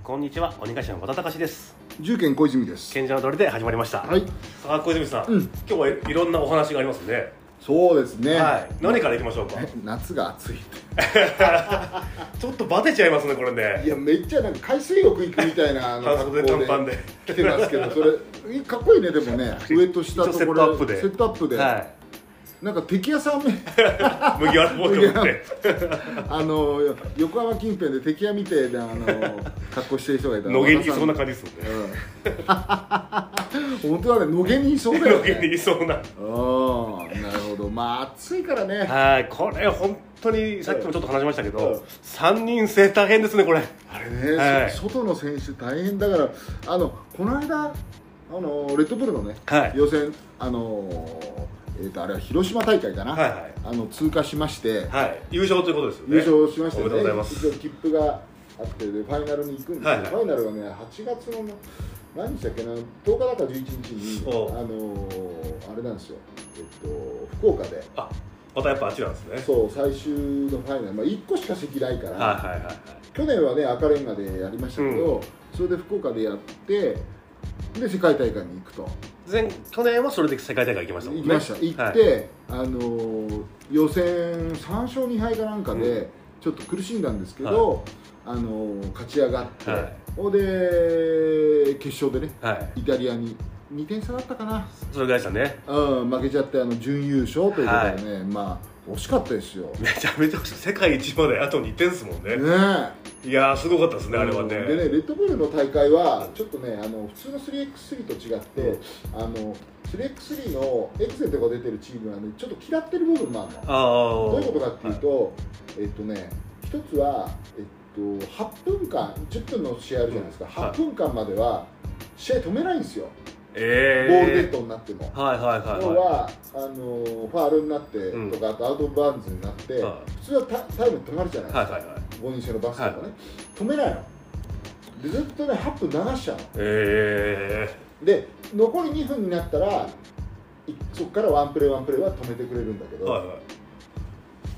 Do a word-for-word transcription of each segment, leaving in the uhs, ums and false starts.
こんにちは、鬼頭の和田隆です。 重県小泉です。 賢者の鳥で始まりました。 はい。 さあ小泉さん、 うん、 今日はいろんなお話がありますね。 そうですね。 はい。何からいきましょうか。 夏が暑い。 ちょっとバテちゃいますねこれね。 いやめっちゃなんか海水浴行くみたいなあの半袖短パンで来てますけど、それかっこいいねでもね。上と下とこれセットアップで。 セットアップで。はい。なんか敵屋さん麦わら帽子を持ってあの横浜近辺で敵屋みてえなあの格好してる人がいたら野毛にいそうな感じですよね、 うん、本当だね、野毛にいそうだよね。 野毛にいそうな。ああ、なるほど。まあ暑いからね。 はい、これ本当にさっきもちょっと話しましたけど、うん、さんにん制大変ですねこれ。 あれね、はい、外の選手大変だから、あのこの間あのレッドブルのね、はい、予選あのえー、とあれは広島大会かな、はいはい、あの通過しまして、 はい、優勝ということですよね。 優勝しましてね、 おめでとうございます。 一応切符があってでファイナルに行くんですけど、はいはい、ファイナルがねはちがつの何日だっけな、とおかだかじゅういちにちにあのー、あれなんですよ、えっと、福岡で、 あ、またやっぱあっちなんですね。 そう最終のファイナル、まあ、いっこしか席ないから、 はいはいはいはい、 去年はね赤レンガでやりましたけど、うん、それで福岡でやってで世界大会に行くと。 前去年はそれで世界大会行きましたもんね。 行きました。行って、はい、あのー、予選さん勝にはいかなんかでちょっと苦しんだんですけど、はい、あのー、勝ち上がって、はい、で決勝でね、はい、イタリアににてん差だったかな、 それぐらいでしたね、 うん、負けちゃってあの準優勝ということでね、はい、まあ惜しかったですよ。 めちゃめちゃ惜しい。世界一まであとにてんですもんね。 ねえ、いやーすごかったですね、あれはね。 でね、レッドブルの大会はちょっとね、あの普通の スリーエックススリー と違って、うん、あの スリーエックススリー のエクセントが出てるチームはねちょっと嫌ってる部分もあるの。あ、どういうことかっていうと、はい、えっとね一つは、えっと、はっぷんかんじゅっぷんの試合あるじゃないですか、うん、はっぷんかんまでは試合止めないんですよ。 えー、 ボールデッドになっても、 はいはいはいはい、 要はあのファールになってとか、うん、あとアウトオブバウンズになって、はい、普通はタ、タイム止まるじゃないですか、はいはいはい、ごにん制のバスケとかね、はい、止めないのでずっとねはっぷん流しちゃうの、 えー、で残りにふんになったらそこからワンプレーワンプレーは止めてくれるんだけど、はいはい、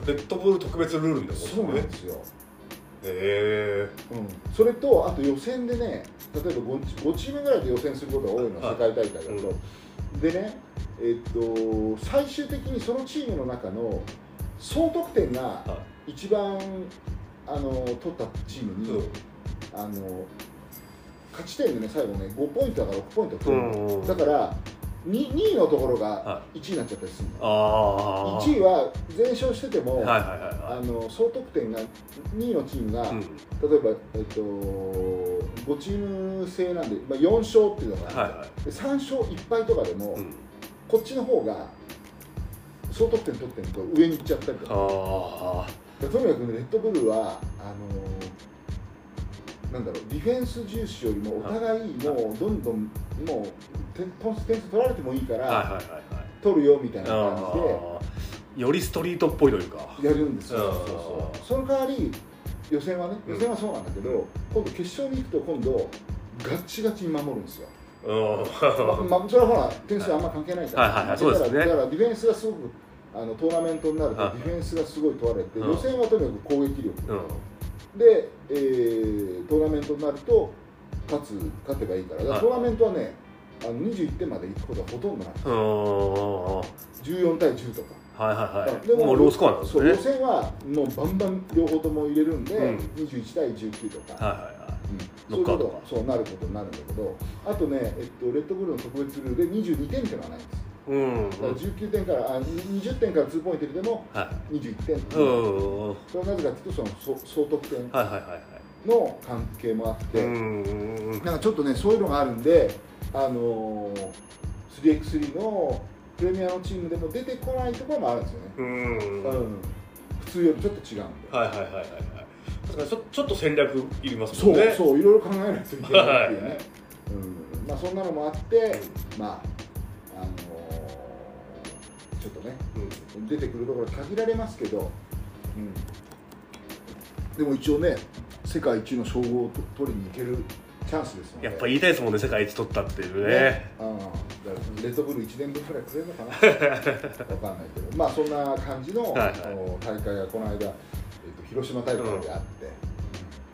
レッドブル特別ルールみたいなことですね。 そうなんですよ。 へえー、 うん、それとあと予選でね、例えば 5, ごチームぐらいで予選することが多いの、はい、世界大会だと、うん、でね、えー、っと最終的にそのチームの中の総得点が一番、はい、あの取ったチームに、うん、あの勝ち点でね最後ねごポイントだからろくポイント取るの、うん、だからに, にいのところがいちいになっちゃったりするの、はい、いちいは全勝してても、はいはいはいはい、あの総得点がにいのチームが、うん、例えば、えっと、ごチーム制なんで、まあ、よん勝っていうのがある、はいはい、でさん勝いっぱいとかでも、うん、こっちの方が総得点取ってると上に行っちゃったりとか、あとにかく、ね、レッドブルはあのなんだろう、ディフェンス重視よりもお互いもうどんどんもう点数取られてもいいから、はいはいはいはい、取るよみたいな感じでよりストリートっぽいというかやるんですよ。そうそう、その代わり予選はね、予選はそうなんだけど、うん、今度決勝に行くと今度ガッチガチに守るんですよ。ままあ、それはほら点数あんま関係ないから、はいはいはい、そうですね、だからディフェンスがすごくあのトーナメントになるとディフェンスがすごい問われて、予選はとにかく攻撃力、うん、で、えー、トーナメントになると勝つ勝てばいいから、だからトーナメントはねあのにじゅういってんまで行くことはほとんどなくて、じゅうよんたいじゅうとか、はいはいはい、でももうロースコアなんですね。そう、予選はもうバンバン両方とも入れるんで、うん、にじゅういちたいじゅうきゅうとか、はいはいはい、うん、そういうことがそうなることになるんだけど、あとね、えっと、レッドブルの特別ルールでにじゅうにてんっていうのはないんです。うん、だからじゅうきゅうてんからあにじゅってんからにポイント入れてもにじゅういってん、はい、それはなぜかというとその総得点の関係もあって、なんかちょっとねそういうのがあるんで、あのー、スリーエックススリー のプレミアのチームでも出てこないところもあるんですよね。うん、うん、普通よりちょっと違うんで、はいはいはいはい、確かに ち, ちょっと戦略いりますもんね。そうそう、いろいろ考えないといけないっていうね、はいはい、うん、まあ、そんなのもあって、まああのー、ちょっとね、うん、出てくるところ限られますけど、うん、でも一応ね世界一の称号を取りに行けるチャンスですので、 やっぱ言いたいですもんね、世界一取ったっていうね。ね、 あ、だからレッドブルいちねんぶんくらいくれるのかな分かんないけど、まあそんな感じの、はいはい、大会がこの間、えっと、広島大会であって、 うん、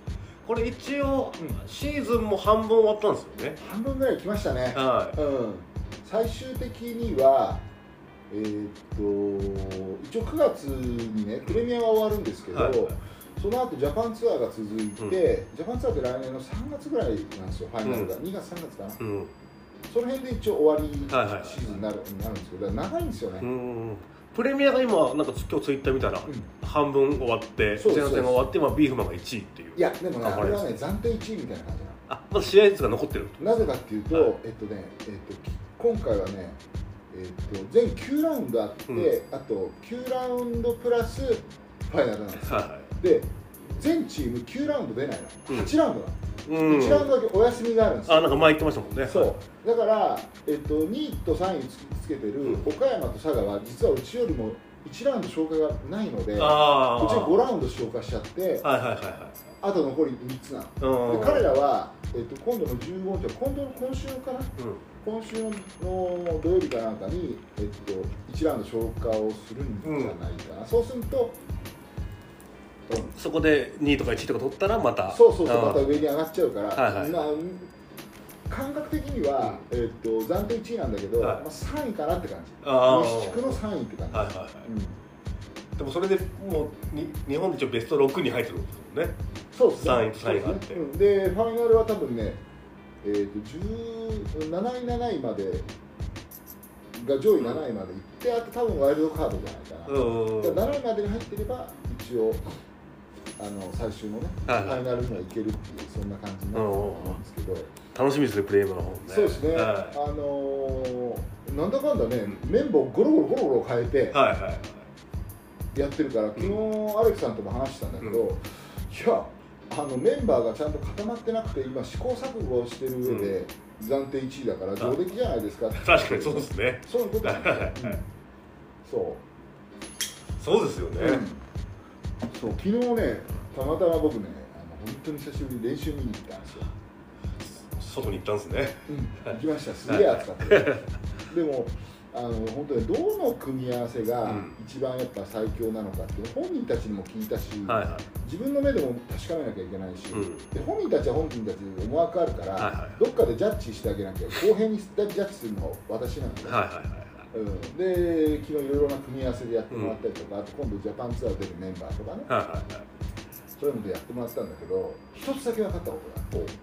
これ一応、うん、シーズンも半分終わったんですよね。 半分ぐらい来ましたね、 はい、 うん、最終的にはえー、っと一応くがつにねプレミアは終わるんですけど、はい、その後ジャパンツアーが続いて、うん、ジャパンツアーって来年のさんがつぐらいなんですよ、ファイナルが、うん、にがつさんがつかな、うん、その辺で一応終わりシーズンになる、なるんですけど、長いんですよね。うん、 プレミアが今なんか今日ツイッター見たら、うん、半分終わって前半戦が終わって、まあ、ビーフマンがいちいっていう。 いやでもね、あれはね暫定いちいみたいな感じなの。 あ、まだ試合率が残ってる。 なぜかっていうと、はい、えっとね、えっと今回はね、えっと全きゅうラウンドあって、うん、あときゅうラウンドプラスファイナルなんですよ。はい、で全チームきゅうラウンド出ないの、はちラウンドなの。うん、いちラウンドだけお休みがあるんですよ。 あ、なんか前言ってましたもんね。 そうだから、えっと、にいとさんいつけてる岡山と佐賀は実はうちよりもいちラウンド消化がないので、うちはごラウンド消化しちゃって、はいはいはいはい、あと残りみっつなので、彼らは、えっと、今度のじゅうごにちは今度の今週かな、うん、今週の土曜日かなんかに、えっと、いちラウンド消化をするんじゃないかな、うん、そうするとうん、そこでにいとかいちいとか取ったらまたそうそうそうまた上に上がっちゃうから、はいはい、まあ、感覚的には、うん、えー、っと暫定いちいなんだけど、はい、まあ、さんいかなって感じ、西地区のさんいって感じ、はいはいはい、 うん、でもそれでもうに日本で一応ベストろくに入ってるんですもんね。 そうですね、 さんいとさんいがあって、 で、ね、うん、でファイナルは多分ね、えー、っとじゅうなないなないまでが上位なないまで行って、うん、あと多分ワイルドカードじゃないかな、うん、なないまでに入ってれば一応あの最終のね、はいはい、ファイナルにはいけるっていうそんな感じになると思うんですけど、 楽しみですね、プレームの方ね。 そうですね、はい、あのー、なんだかんだね、メンバーをゴロゴロゴロゴロ変えてやってるから、昨日アレクさんとも話したんだけど、うん、いやあのメンバーがちゃんと固まってなくて今試行錯誤をしてる上で、うん、暫定いちいだから上出来じゃないですかって。 確かにそうですね。 そういうことなんですよ、うん、そうそうですよね、うん、 そう昨日ね、たまたま僕ね、あの本当に久しぶりに練習見に行ったんですよ。 外に行ったんですね。 うん、行きました。すげえ暑かった。でもあの本当にどの組み合わせが一番やっぱ最強なのかっていう本人たちにも聞いたし、はいはい、自分の目でも確かめなきゃいけないし、うん、で本人たちは本人たちで思惑あるから、はいはい、どっかでジャッジしてあげなきゃ、公平にジャッジするのは私なんで。はいはいはい、うん、で昨日いろいろな組み合わせでやってもらったりとか、うん、あと今度ジャパンツアー出るメンバーとかね、はいはいはい、そういうのでやってもらったんだけど、一つだけ分かったことが、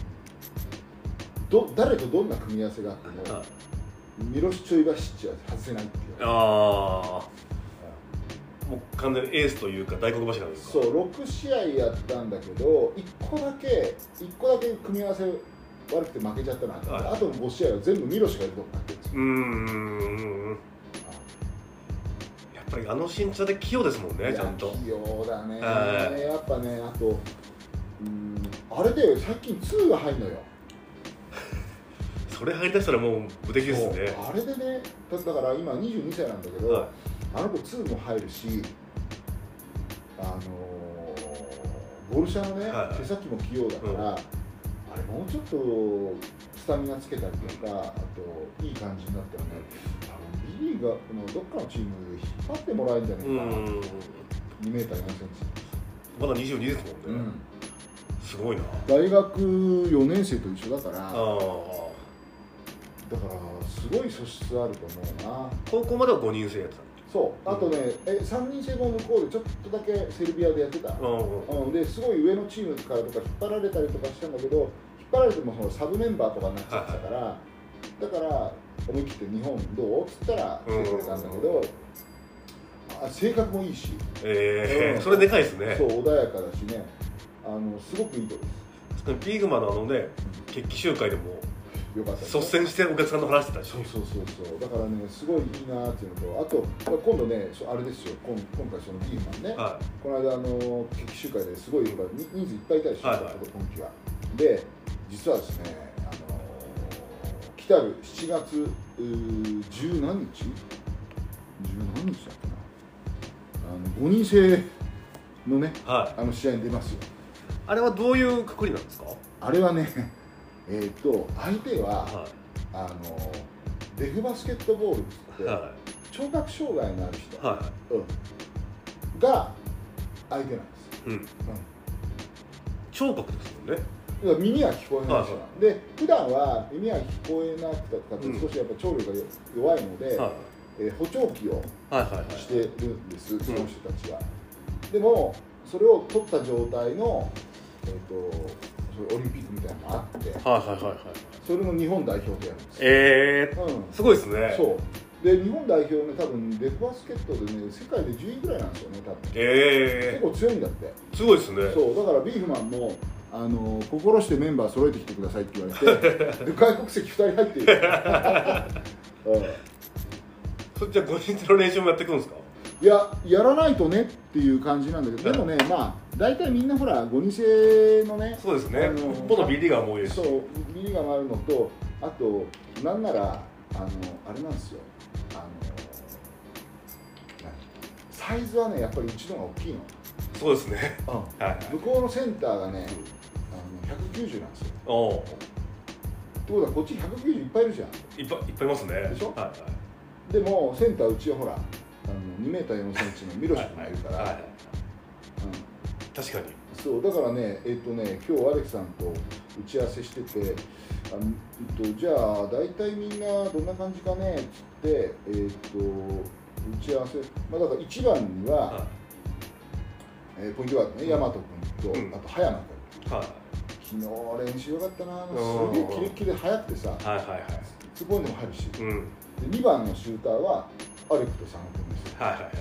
ど誰とどんな組み合わせがあっても、はい、ミロシ・チョイバシッチは外せないっていう。 ああ、もう完全にエースというか大黒柱ですか。 そう、ろくしあいやったんだけど、いっこだけいっこだけ組み合わせ悪くて負けちゃったな、はい、あとのごしあいは全部ミロシがいるとこになってるんですよ。うーん、 やっぱりあの身長で器用ですもんね、ちゃんと。 器用だね、やっぱね。あと、うん、あれで最近ツーが入るのよ。 それ入りだしたらもう無敵ですね。 あれでね、だから今にじゅうにさいなんだけど、はい、あの子ツーも入るし、あのー、ボルシャのね、はい、手先も器用だから、うん、あれもうちょっとスタミナつけたりとか、あといい感じになったらね、多分 B リーグのどっかのチーム引っ張ってもらえるんじゃないかな。にメーターよんセンチ。 まだにじゅうにですもんね。うん、すごいな。 大学よねん生と一緒だから。あ、だからすごい素質あると思うな。 高校まではごにんせいやってた。 そう、あとね、うん、えさんにん制も向こうでちょっとだけセルビアでやってた、うんうん、ですごい上のチームからとか引っ張られたりとかしたんだけど、引っ張られてもそのサブメンバーとかになっちゃってたから、はい、だから思い切って日本どうっつったら来てくれたんだけど、あ性格もいいし、 えーうん、それでかいですね。 そう、穏やかだしね、あのすごくいいとです。 ピーグマのあのね、決起集会でもよかった、ね、 率先してお客さんと話してたし。 そうそうそうそう、だからね、すごいいいなっていうのと、あと今度ね、あれですよ、今今回そのピーマンね、はい、この間あの決起集会ですごい人数いっぱいいたでしょ、はいはい、今期は。で、実はですね、あの来たるしちがつじゅうなんにちじゅうなんにちだったな、あのごにんせいのね、はい、あの試合に出ますよ。 あれはどういうくくりなんですか？ あれはね、えー、と相手は、はい、あのデフバスケットボールって、はい、聴覚障害のある人、はいうん、が相手なんですよ、うんうん、 聴覚ですもんね。 耳は聞こえない人なんで、普段は耳は聞こえなくたって少しやっぱ聴力が弱いので、はい、えー、補聴器をしてるんです、はいはいはい、その人たちは、うん、でもそれを取った状態の、えー、とそれオリンピックみたいなのがあって、はいはいはいはい、それの日本代表でやるんですよ。 えー、うん、すごいですね。 そうで日本代表ね、多分デフバスケットでね、世界でじゅういぐらいなんですよね、多分。 えー、 結構強いんだって。すごいですね。 そうだからビーフマンもあの心してメンバー揃えてきてくださいって言われてで外国籍ふたり入ってる、うん、 そっちはごにんの練習もやってくるんですか？ いや、やらないとねっていう感じなんだけど、でもね、まあ大体みんなほらごに制のね、 そうですね、ほとんどビリーガーも多いですし、 そうビリーガーもあるのと、あとなんならあのあれなんですよ、あのサイズはね、やっぱりうちの方が大きいの。 そうですね、 うん、はいはい、向こうのセンターがね、あのひゃくきゅうじゅうなんですよ。おお。ってことはこっちひゃくきゅうじゅういっぱいいるじゃん。 いっぱいいっぱいいますね。 でしょ。 はいはい。 でもセンターうちはほら、あのにメーターよんセンチのミロシ君がいるから。はいはいはい、 うん、確かに。 そうだからね、えっとね、今日アレクさんと打ち合わせしてて、あの、えっと、じゃあ大体みんなどんな感じかねっつって、えっと打ち合わせ、まあ、だからいちばんには、はい、えー、ポイントガードね、大和君と、うん、あと葉山君、はい、昨日練習よかったな、すげえキレッキレ速くてさ、はいはいはい、ツーポイントも入るし、うん、でにばんのシューターはアレクと佐野君ですよ。はいはいはい、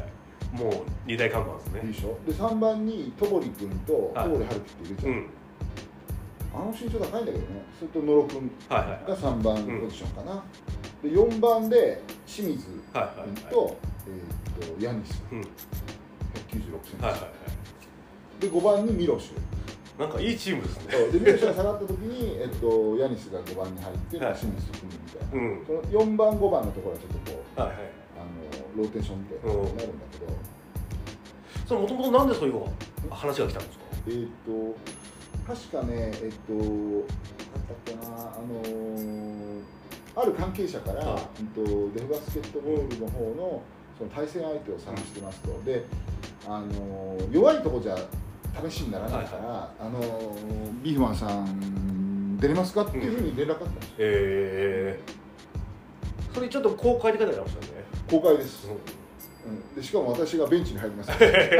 もうに大看板ですね。いいでしょ。でさんばんに戸堀君と戸堀春樹っているじゃん、うん、あの身長高いんだけどね。それと野呂君がさんばんポジションかな、うん、でよんばんで清水君と、はいはいはい、えー、とヤニス、うん、ひゃくきゅうじゅうろくセンチ、はいはいはい、でごばんにミロシュ。 なんかいいチームですね。 でミロシュが下がった時に、えっと、ヤニスがごばんに入って、はい、清水と組むみたいな、うん、そのよんばんごばんのところはちょっとこう、はいはい、あのローテーションみたいになるんだけど、 それもともとなんでそういう話が来たんですか？ えー、っと確かね、えっとなんだったっけな、あのー、ある関係者から、はい、えっと、デフバスケットボールの方のその対戦相手を探してますと、で、あのー、弱いとこじゃ試しにならないから、はいはい、あのー、ビーフマンさん出れますかっていうふうに連絡あったんですよ。 えー、それちょっと公開で書いてありましたね。 公開です、うん、でしかも私がベンチに入ります。ス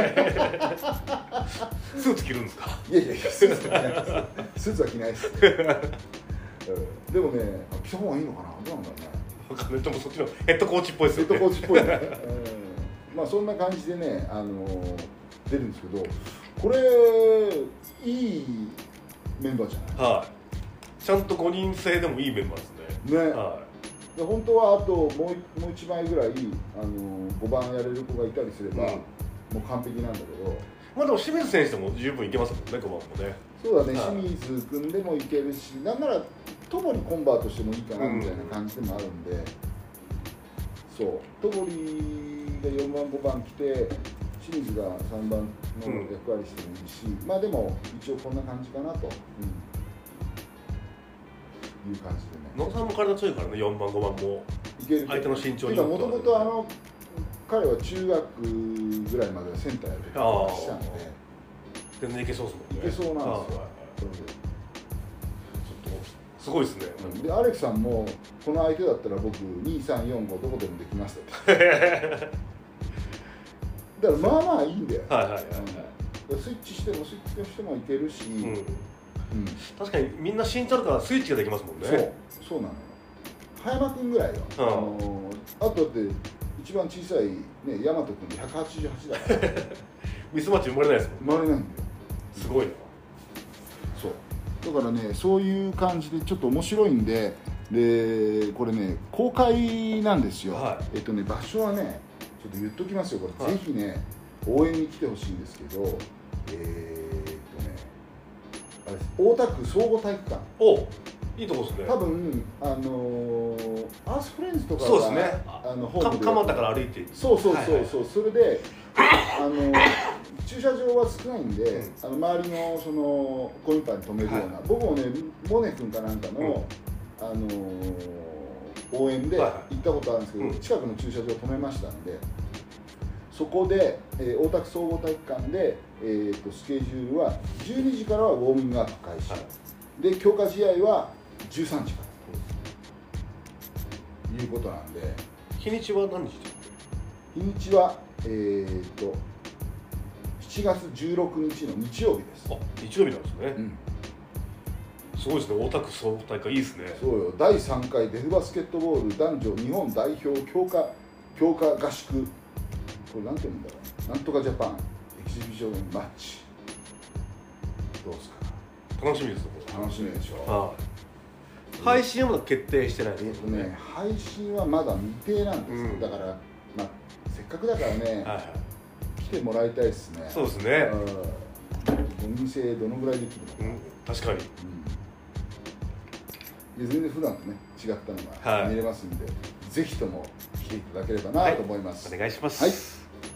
ーツ着るんですか？ いやいやいや、スーツは着ないです。スーツは着ないです。うん、でもね、着た方がいいのかな、どうなんだろうね。 分かんない、でもそっちのヘッドコーチっぽいですよね。 ヘッドコーチっぽいね。うん、まあそんな感じでね、あのー、出るんですけど、これいいメンバーじゃない。はい。ちゃんとごにん制でもいいメンバーですね。ね。はい。で本当はあともうもういちまいぐらい、あのー、ごばんやれる子がいたりすれば、うん、もう完璧なんだけど。まあでも清水選手でも十分いけますもんね、ごばんもね。そうだね、はい、清水君でもいけるし、なんなら戸堀コンバートしてもいいかなみたいな感じでもあるんで、うん、そう、戸堀がよんばんごばん来て、清水がさんばんの役割してもいいし、うん、まあでも一応こんな感じかなと、うん、いう感じでね。野田さんも体強いからね、よんばんごばんもいける。相手の身長によっては。もともとあの彼は中学ぐらいまではセンターやってたんで、全然いけそうですもんね。いけそうなんですよ。ちょっとすごいですね。でアレクさんもこの相手だったら僕にさんよんごどこでもできますって。だからまあまあいいんだよ。はいはいはい、うん、スイッチしてもスイッチとしてもいけるし、うんうん、確かにみんな身長あるからスイッチができますもんね。そうそうなのよ。葉山君ぐらいよ。あのあとで一番小さいね、大和君でひゃくはちじゅうはちだからミスマッチ生まれないですもん。生まれないんだよ。すごいな。そうだからね、そういう感じでちょっと面白いんで、でこれね公開なんですよ。はい、えっとね場所はねちょっと言っときますよ。これ、はい、ぜひね応援に来てほしいんですけど、えー、っとねあれ大田区総合体育館。おいいとこですね。多分あのー、アースフレンズとかがそうですね。あのホームで蒲田から歩いていく。そうそうそうそう、はいはい、それであのー、駐車場は少ないんで、うん、あの周りのそのコインパーに止めるような、はい、僕もねモネ君かなんかの、うん、あのー、応援で行ったことあるんですけど、はいはい、近くの駐車場止めましたんで、 そこで、えー、大田区総合体育館で、えー、とスケジュールはじゅうにじからはウォーミングアップ開始、はい、で強化試合はじゅうさんじからということなんで、 日にちは何日ですか？ 日にちは、えー、としちがつじゅうろくにちの日曜日です。 あ、日曜日なんですね、うん、すごいですね。大田区総合大会いいですね。 そうよ、だいさんかいデフバスケットボール男女日本代表強化強化合宿、これなんて言うんだろう、なんとかジャパンエキシビションマッチ、どうですか？ 楽しみですね。 楽しみでしょ。 はあ、配信はまだ決定してないですね。 えっとね、配信はまだ未定なんですよ、うん、だから、まあ、せっかくだからね、はいはい、来てもらいたいですね。 そうですね。 ごにん制どのぐらいできるのか、うん、 確かに、 うん、で全然普段とね違ったのが見れますんで、はい、ぜひとも来ていただければなと思います、 はい、お願いします、 はい。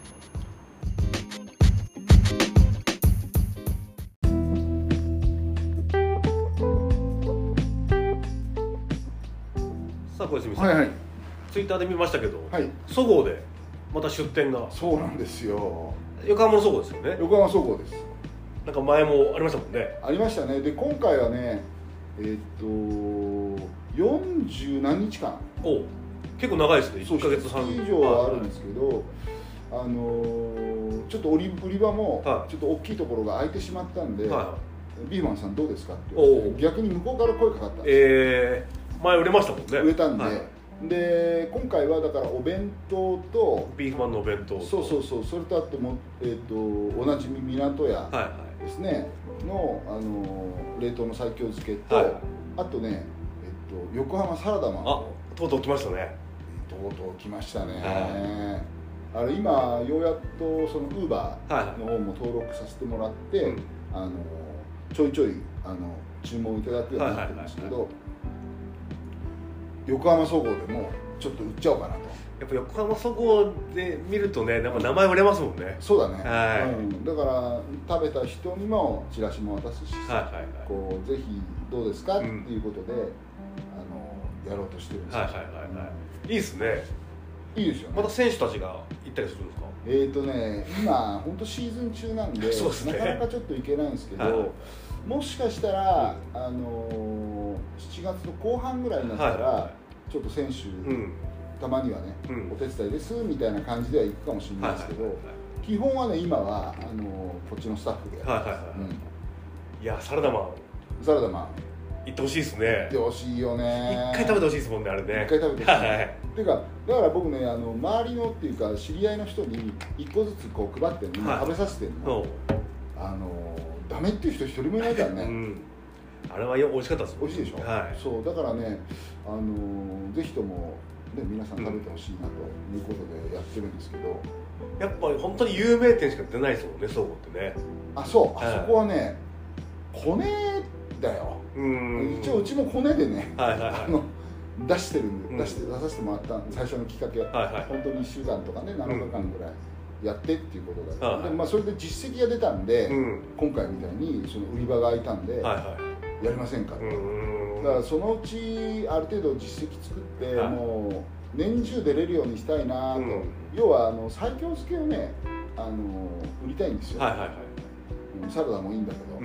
さあ小泉さん、はいはい、ツイッターで見ましたけど、はい、そごうでまた出店が。 そうなんですよ。 横浜のそごうですよね。 横浜そごうです。 なんか前もありましたもんね。 ありましたね。で今回はね、えー、っとよんじゅうなんにちかん。 お、結構長いですね。いっかげつはん以上はあるんですけど、はい、あのー、ちょっと売り売り場もちょっと大きいところが空いてしまったんで、はい、ビーマンさんどうですかって言われて、逆に向こうから声かかったんです。 えー、前売れましたもんね。 売れたんで。はい、で今回はだからお弁当とビーフマンのお弁当と、 そうそうそう、それとあとも、えー、とおなじみ港屋ですね、はいはい、の、あの冷凍の西京漬けと、はいはい、あとね、えー、と横浜サラダマン。 あ、とうとう来ましたね。 とうとう来ましたね、はい、あれ今ようやっとそのウーバーの方も登録させてもらって、はいはい、あのちょいちょいあの注文いただくようになってるんですけど、はいはいはいはい、横浜そごうでもちょっと売っちゃおうかなと。 やっぱ横浜そごうで見るとね、なんか名前売れますもんね。 そうだね、 はい、 うん、だから食べた人にもチラシも渡すし、はいはいはい、こうぜひどうですか、うん、っていうことであのやろうとしてるんですよ。はいはいはいはい、 いいですね。 いいですよね。 また選手たちが行ったりするんですか？ えーとね、今本当シーズン中なんでそうですね、 なかなかちょっと行けないんですけど、はい、もしかしたら、うん、あのしちがつのこう半ぐらいになったら、はいはいはい、ちょっと選手、うん、たまにはね、うん、お手伝いですみたいな感じでは行くかもしれないですけど、はいはいはいはい、基本はね今はあのこっちのスタッフで、はいはいはい、うん、 いやサラダマンサラダマン行ってほしいですね。 行ってほしいよね。 一回食べてほしいですもんね、あれね。 一回食べてほしい、はい、っていうかだから僕ね、あの周りのっていうか知り合いの人に一個ずつこう配ってるの、はい、食べさせてるの、あのダメっていう人一人もいないからね、うん、 あれは美味しかったです。 美味しいでしょ、はい、そうだからね、あのぜひともね、皆さん食べてほしいなということでやってるんですけど、 うん、やっぱり本当に有名店しか出ないですもんね、そごうってね。 あ、そう、はい、あそこはねコネだよ。うん、一応うちもコネでね、はいはいはい、あの出してるんで、うん、出して出させてもらった最初のきっかけ、はいはい、本当にいっしゅうかんとかねなのかかんぐらいやってっていうことだった、うん、で、まあ、それで実績が出たんで、うん、今回みたいにその売り場が開いたんで、はいはい、やりませんかと、うん、だからそのうちある程度実績作って、はい、もう年中出れるようにしたいなと、うん、要はあの西京漬けをねあの売りたいんですよ、はいはいはい、サラダもいいんだけど、うん、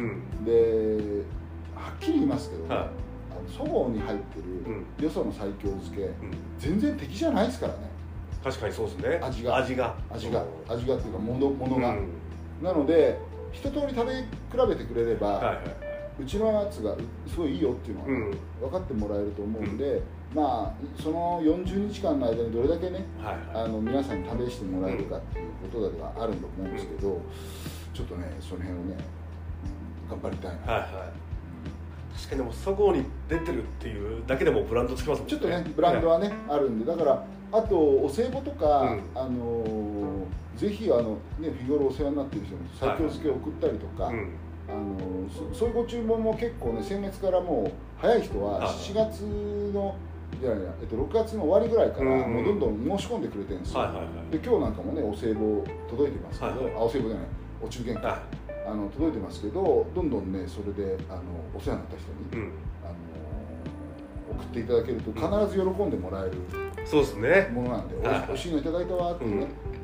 ではっきり言いますけどね、はい、あのそごうに入ってるよその西京漬け、うん、全然敵じゃないですからね。 確かにそうですね。 味が味が味が味がっていうかものものが、うん、なので一通り食べ比べてくれれば、はいはい、うちのやつがすごいいいよっていうのは、ね、うん、分かってもらえると思うんで、うん、まあそのよんじゅうにちかんの間にどれだけね、はいはい、あの皆さんに試してもらえるかっていうことではあると思うんですけど、うん、ちょっとねその辺をね頑張りたいな。はいはい、 確かにでもそごうに出てるっていうだけでもブランドつきますもんね。 ちょっとねブランドはね、はい、あるんで、だからあとお歳暮とか、うん、あのぜひあのね日頃お世話になっている人に西京漬けを送ったりとか、はい、あの そ, そういうご注文も結構ね先月からもう早い人はしがつのいやいや、えっと、ろくがつの終わりぐらいからもうどんどん申し込んでくれてるんですよ、はいはいはい、で今日なんかもねお歳暮届いてますけど、はいはい、あお歳暮じゃないお中元か、あの届いてますけど、どんどんねそれであのお世話になった人に、うん、あの送っていただけると必ず喜んでもらえる、うん、そうですねものなんで、はい、おいしいのいただいたわってね、うん、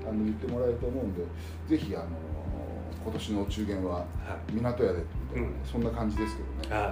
あの言ってもらえると思うんで、ぜひあの今年のお中元は港屋でみたいな、ね、うん、そんな感じですけどね。はい、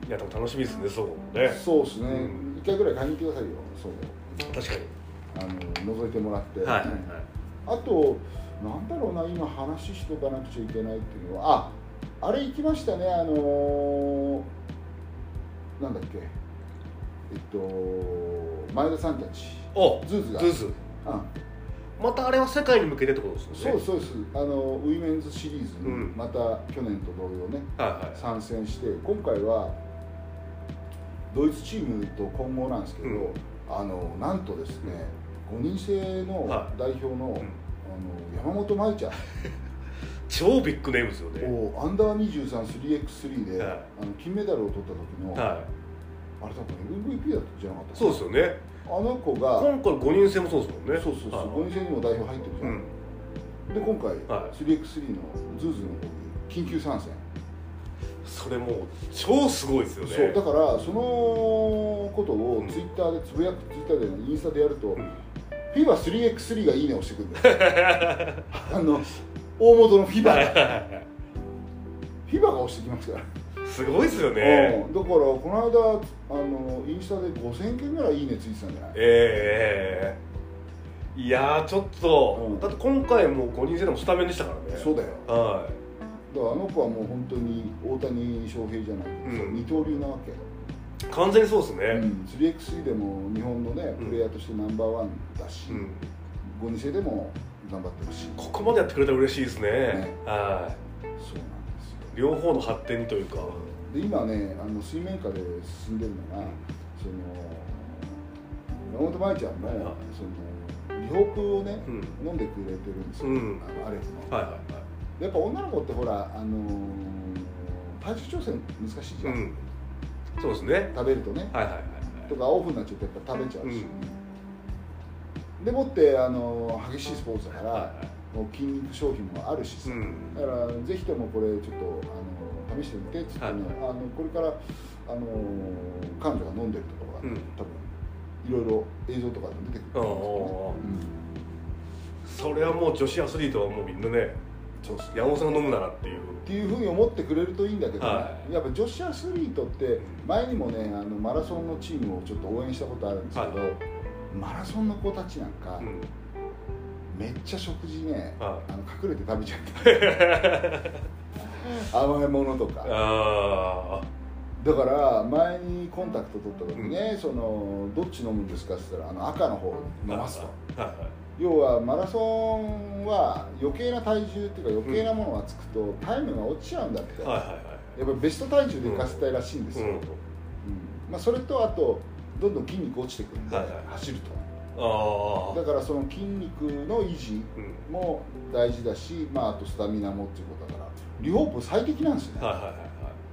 いやでも楽しみですね、そうね。 そうですね、うん、いっかいぐらい買いに行ってくださいよ。そう確かにあの覗いてもらって、はいはいはい、あとなんだろうな、今話しとかなくちゃいけないっていうのは、ああれ行きましたね、あのー、なんだっけ、えっと前田さんたち、 おズーズがズーズ、うん、またあれは世界に向けてってことですよね。 そうですそうです。あのウィメンズシリーズにまた去年と同様ね、うん、はいはい、参戦して、今回はドイツチームと混合なんですけど、うん、あのなんとですね、ごにん制の代表の、はい、あの山本舞ちゃん超ビッグネームですよね。 アンダーにじゅうさん スリーエックススリー で、はい、あの金メダルを取った時の、はい、あれ多分 エムブイピー だったんじゃなかった。 そうですよね。 あの子が今回ごにん制もそうですもんね。 そうそうそう、ごにん制にも代表入ってるじゃん、うん、で今回、はい、スリーエックススリー のズーズの方に緊急参戦。それもう超すごいですよね。 そうだからそのことをツイッターでつぶやく、ツイッターでインスタでやると、うん、フィバ スリーエックススリー がいいねをしてくるんだよあの大元のフィバがフィバが押してきますからすごいですよね、 うん、だからこの間あのインスタでごせんけんぐらいいいねついてたんじゃない。 ええー、いやーちょっと、うん、だって今回もごにん制でもスタメンでしたからね。 そうだよ。 はい。 だからあの子はもう本当に大谷翔平じゃないけど、うん、二刀流なわけ。 完全にそうですね、 うん、スリーエックススリー でも日本のねプレイヤーとしてナンバーワンだし、うん、ごにん制でも頑張ってるし、 ここまでやってくれたら嬉しいですね。ね、はい、そうなんですよ。両方の発展にというか。 で今ね、あの水面下で進んでるのが、その山本舞ちゃんも、はいはい、そのリホープをね、うん、飲んでくれてるんですよ、うん、あのアレフの、はいはいはい、やっぱ女の子ってほら、あのー、体重調整難しいじゃん、うん、 そうですね、 食べるとね、はいはいはいはい、とかオフになっちゃうとやっぱ食べちゃうし、うん、でもって、あのー、激しいスポーツだから、はいはい、もう筋肉消費もあるしさ、うん、だからぜひともこれちょっと、あのー試してみてっつってね、はい、あのこれから、あのー、彼女が飲んでるところが、ね、うん、多分いろいろ映像とかでも出てくると思うんですけどね、うん、それはもう女子アスリートはもうみんなね、そう山本さんが飲むならっていうっていうふうに思ってくれるといいんだけど、ね、はい、やっぱ女子アスリートって前にもね、あのマラソンのチームをちょっと応援したことあるんですけど、はい、マラソンの子たちなんか、うん、めっちゃ食事ね、はい、あの隠れて食べちゃって甘いものとか。あだから前にコンタクト取った時ね、うん、そのどっち飲むんですかって言ったらあの赤の方を飲ますと、はいはい、要はマラソンは余計な体重っていうか余計なものがつくとタイムが落ちちゃうんだって、はいはいはい、やっぱりベスト体重で行かせたいらしいんですよ、うんうんまあ、それとあとどんどん筋肉落ちてくるんで、はいはい、走るとあだからその筋肉の維持も大事だし、まあ、あとスタミナもっていうことだからリホープ最適なんですよね、はいはいはいはい、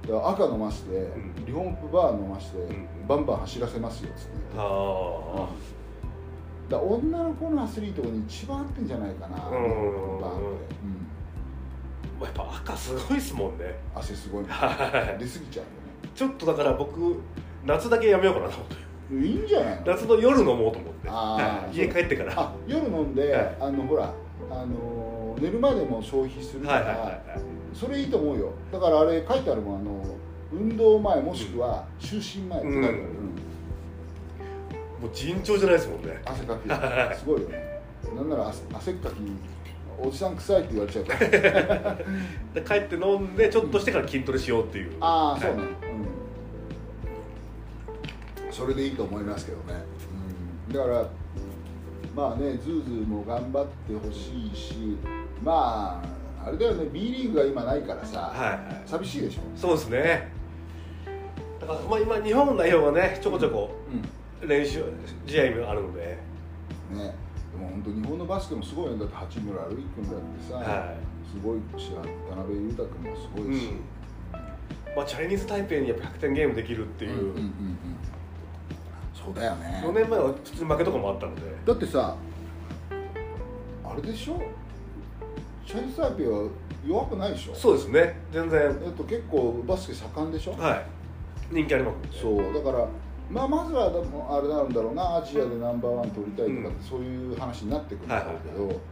だから赤飲まして、うん、リホープバー飲まして、うん、バンバン走らせますよっつって、うん、だから女の子のアスリートに一番合ってんじゃないかな、リホープバーって、 うん、やっぱ赤すごいですもんね。 汗すごい、出過ぎちゃうよね。 ちょっとだから僕夏だけやめようかなと思っていいんじゃないの。 夏の夜飲もうと思って、あ家帰ってからあ夜飲んで、はい、あのほら、あのー、寝るまでも消費するから、はいはいはいはい、それいいと思うよ。だからあれ書いてあるもん、あの運動前もしくは就寝前って書いてある、うんうん、もう尋常じゃないですもんね。 汗かきすごいよね。なんなら汗っかきおじさん臭いって言われちゃうからで帰って飲んでちょっとしてから筋トレしようっていう、 うん、ああそうね、うん、それでいいと思いますけどね、うん、だからまあねズーズーも頑張ってほしいし、まああれだよね B リーグが今ないからさ、はいはい、寂しいでしょ。 そうですね。だからまあ今日本代表がねちょこちょこ練習試合もあるので、ねでも本当日本のバスケもすごいよ。だって八村塁君だってさ、はい、すごいし、渡辺裕太君もすごいし、うんまあ、チャイニーズ台北にやっぱひゃくてんゲームできるっていう、うんうんうんうん、 そうだよね。 よねんまえは普通に負けとかもあったので。 だってさあれでしょ、チャイニーズ台北は弱くないでしょ。 そうですね、全然、 えっと、結構バスケ盛んでしょ。 はい、人気ありますね。 そうだからまあ、まずはでもあれなんだろうな、アジアでナンバーワン取りたいとかって、うん、そういう話になってくるんだろうけど、はいはい、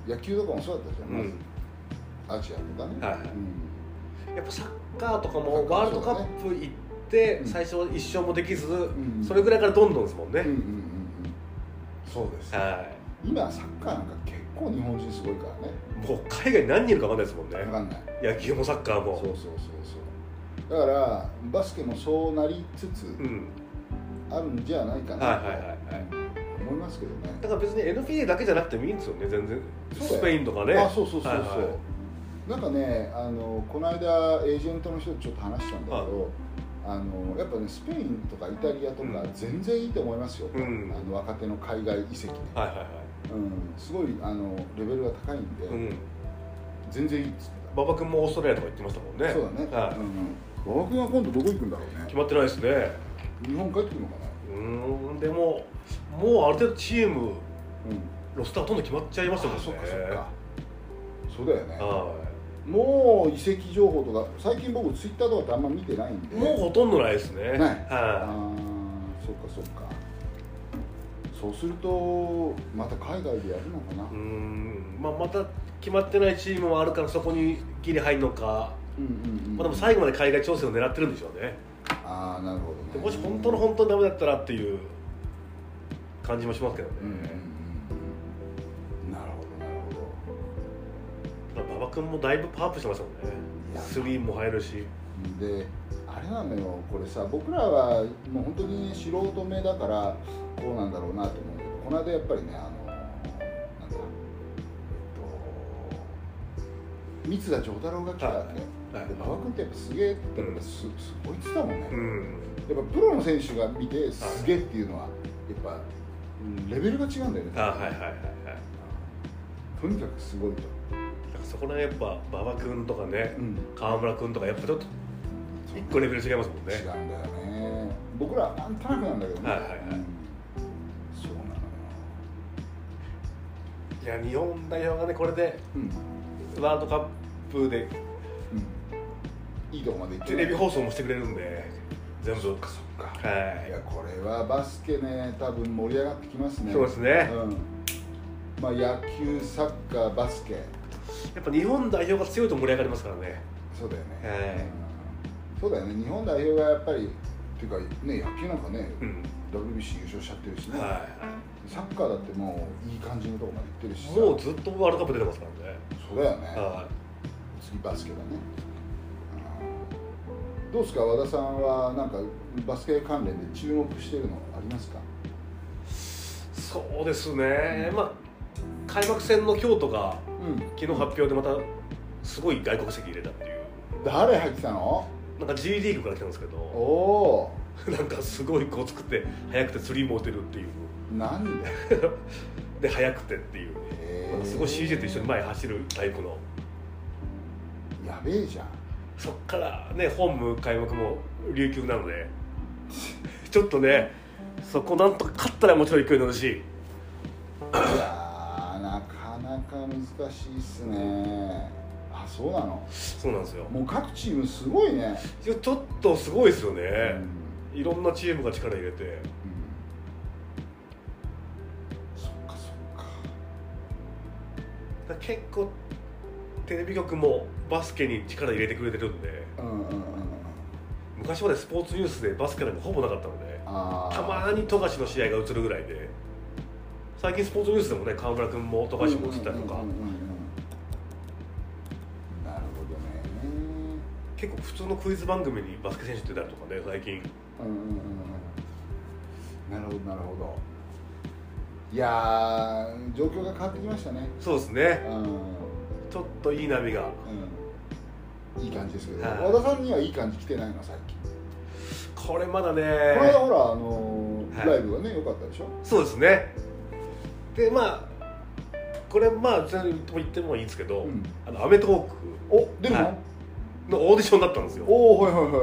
野球とかもそうだったじゃん、まず、うん、アジアとかね、はいはい、うん、 やっぱサッカーとかもワールドカップ行って、ね、最初はいっ勝もできず、うん、それぐらいからどんどんですもんね、うんうんうんうん、 そうです、はい、今サッカーなんか結構日本人すごいからね、 もう海外何人いるか分かんないですもんね、 分かんない、 野球もサッカーも、 そうそうそうそう、だからバスケもそうなりつつ、うん、あるんじゃないかなと思いますけどね。 だから別に エヌビーエー だけじゃなくてもいいんですよね、全然。スペインとかね。 あ、そうそうそうそう、はいはい、なんかね、あのこの間エージェントの人とちょっと話したんだけど、はい、あのやっぱねスペインとかイタリアとか全然いいと思いますよ、うん、あの若手の海外移籍ね、はいはいはい、うん、すごいあのレベルが高いんで、うん、全然いいっつってた。 馬場君もオーストラリアとか行ってましたもんね。 そうだね、はい、うん、馬場君は今度どこ行くんだろうね。 決まってないですね。 日本帰ってくるのかな。 うーん、でももうある程度チーム、うん、ロスターほとんど決まっちゃいましたもんね。 そうかそうか、そうだよね。はい、もう移籍情報とか最近僕ツイッターとかってあんま見てないんで。 もうほとんどないですね。 ない。はい、ああ、そうかそうか。そうするとまた海外でやるのかな。うーん、まあ、また決まってないチームもあるからそこにギリ入るのか、うんうんうん、まあ、でも最後まで海外調整を狙ってるんでしょうね。 ああ、なるほどね。 もし本当の本当にダメだったらっていう感じもしますけどね。うんうんうん、 なるほどなるほど。馬場君もだいぶパワーアップしてますもんね。スリーも入るし。 で、あれなのよ、これさ、僕らはもう本当に、ね、素人目だからこうなんだろうなと思うけど、この間やっぱりね、あのなんだ、えっと三田丈太郎が来たわけ。馬場君ってやっぱすげえって言ったら す, すごいって言ってたもんね、うん、やっぱプロの選手が見てすげえっていうのはやっぱレベルが違うんだよね。あ、はいはいはいはい、とにかくすごいと。 そこら辺やっぱ馬場君とかね、うん、川村君とかやっぱちょっと一個レベル違いますもんね。 違うんだよね。僕らなんとなくなんだけどね。はいはいはい、うん、そうなのよ。いや、日本代表がねこれで、うん、ワールドカップでいいとこまで行って、 テレビ放送もしてくれるんで全部。 そっかそっか、はい、いやこれはバスケね多分盛り上がってきますね。 そうですね、 うん、まあ野球、サッカー、バスケ、やっぱ日本代表が強いと盛り上がりますからね。 そうだよね、はい、うん、そうだよね。日本代表がやっぱりっていうかね、野球なんかね、うん、ダブリュービーシー 優勝しちゃってるしね、はい、サッカーだってもういい感じのとこまで行ってるしさ、 もうずっとワールドカップ出てますからね。 そうだよね、はい、次バスケだね。どうですか、和田さんはなんかバスケ関連で注目しているのありますか？ そうですね、うん、まあ開幕戦の京都が、うん、昨日発表でまたすごい外国籍入れたっていう。 誰入ってたの？ なんか G リーグから来たんですけど、 おなんかすごいこう作って速くてスリーも打てるっていう。 なんでで速くてっていう、なんかすごい シージェー と一緒に前走るタイプの。 やべえじゃん。 そっからね、ホーム開幕も琉球なのでちょっとね、そこなんとか勝ったらもちろん勢いに乗るし、いやーなかなか難しいっすね。あ、そうなの？ そうなんですよ。 もう各チームすごいね。 ちょっとすごいですよね、うん、いろんなチームが力入れて、うん、 そっかそっか。 だ結構テレビ局もバスケに力入れてくれてるんで、うんうんうん、昔までスポーツニュースでバスケなんかほぼなかったので、たまに富樫の試合が映るぐらいで、最近スポーツニュースでもね、河村君も富樫も映ったりとか、なるほどね。結構普通のクイズ番組にバスケ選手出たりとかね、最近。うんうんうん、 なるほどなるほど。いやー、状況が変わってきましたね。 そうですね、うん、ちょっといい波が、 うん、いい感じですけど、はい、和田さんにはいい感じ来てないの最近。 これまだね、 この間ほら、あのーはい、ライブがね良かったでしょ。 そうですね。でまあこれまあ全然言ってもいいんですけど、うん、あのアメトーークお出るの、はい、 のオーディションだったんですよ。 おお、はいはいはいはい。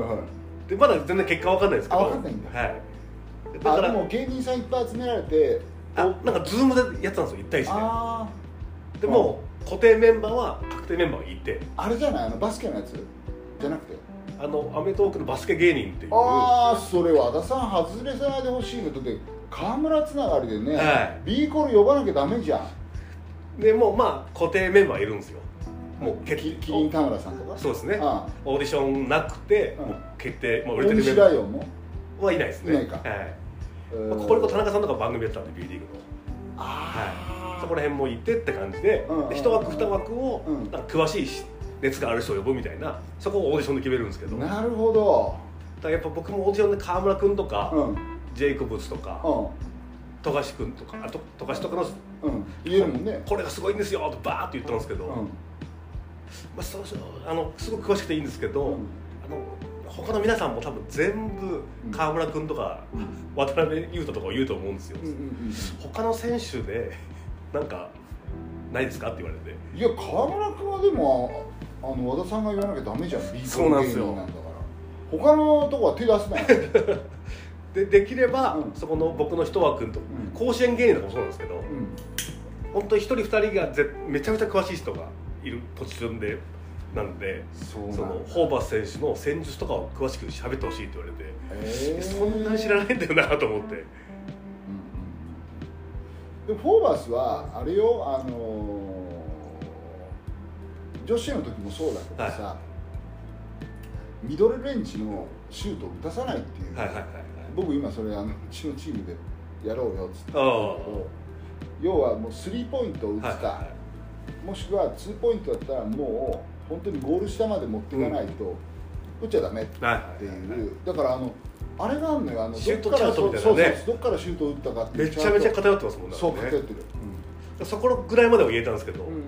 でまだ全然結果わかんないですけど。 あ、わかんないんだ。 はい。 だからでも芸人さんいっぱい集められて、 あ、なんかズームでやってたんですよ、いち対いちで。あでも固定メンバーは確定メンバーがいて、 あれじゃない、あのバスケのやつじゃなくて、 あのアメトーークのバスケ芸人っていう。 ああ、それ和田さん外れさないでほしいの。だって河村つながりでね、はい、B コール呼ばなきゃダメじゃん。 でもうまあ固定メンバーいるんですよ。もうキリン田村さんとか。 そうですね。ああオーディションなくて、うん、もう決定、まあ、売れてるメンバーもはいないですね。 いないか。 はい。まあ、ここにこ田中さんとか番組やったんで B リーグの。 ああ、はい。そこら辺もいてって感じで、うん、で一枠二枠を、うん、なんか詳しい熱がある人を呼ぶみたいな、そこをオーディションで決めるんですけど。 なるほど。 だからやっぱ僕もオーディションで河村君とか、うん、ジェイコブスとか、うん、富樫君とか、あと富樫とかの、 うん、言えるもんね。 これがすごいんですよとバーって言ったんですけど、うん、まあそうそうあのすごく詳しくていいんですけど、うん、あの他の皆さんも多分全部河村君とか、うん、渡辺裕太とかを言うと思うんですよ。うんうんうん、他の選手でなんかないですかって言われて。 いや河村君はでもあの和田さんが言わなきゃダメじゃん。 B コール芸人なんだから。他のとこは手出せないで, できれば、うん、そこの僕の一枠と、うん、甲子園芸人とかもそうなんですけど、うん、本当に一人二人がぜめちゃめちゃ詳しい人がいるポジションでなんで、そうなんだ。そのホーバス選手の戦術とかを詳しく喋ってほしいって言われて、えー、そんなに知らないんだよなと思って、うんうん、でホーバスはあれよ、あのー、女子の時もそうだけどさ、はい、ミドルレンジのシュートを打たさないっていう、はいはいはいはい、僕今それあのうちのチームでやろうよっつって、要はもうスリーポイントを打つか、はいはいはい、もしくはツーポイントだったらもう本当にゴール下まで持っていかないと、うん、打っちゃダメっていう、はいはいはいはい、だからあのあれがあるのよ、あのシュートチャートみたいなね、そうそう、 どっからシュートを打ったかっていうめちゃめちゃ偏ってますもんね。 そう偏ってる、 うん、そこぐらいまでは言えたんですけど、うんうんうん、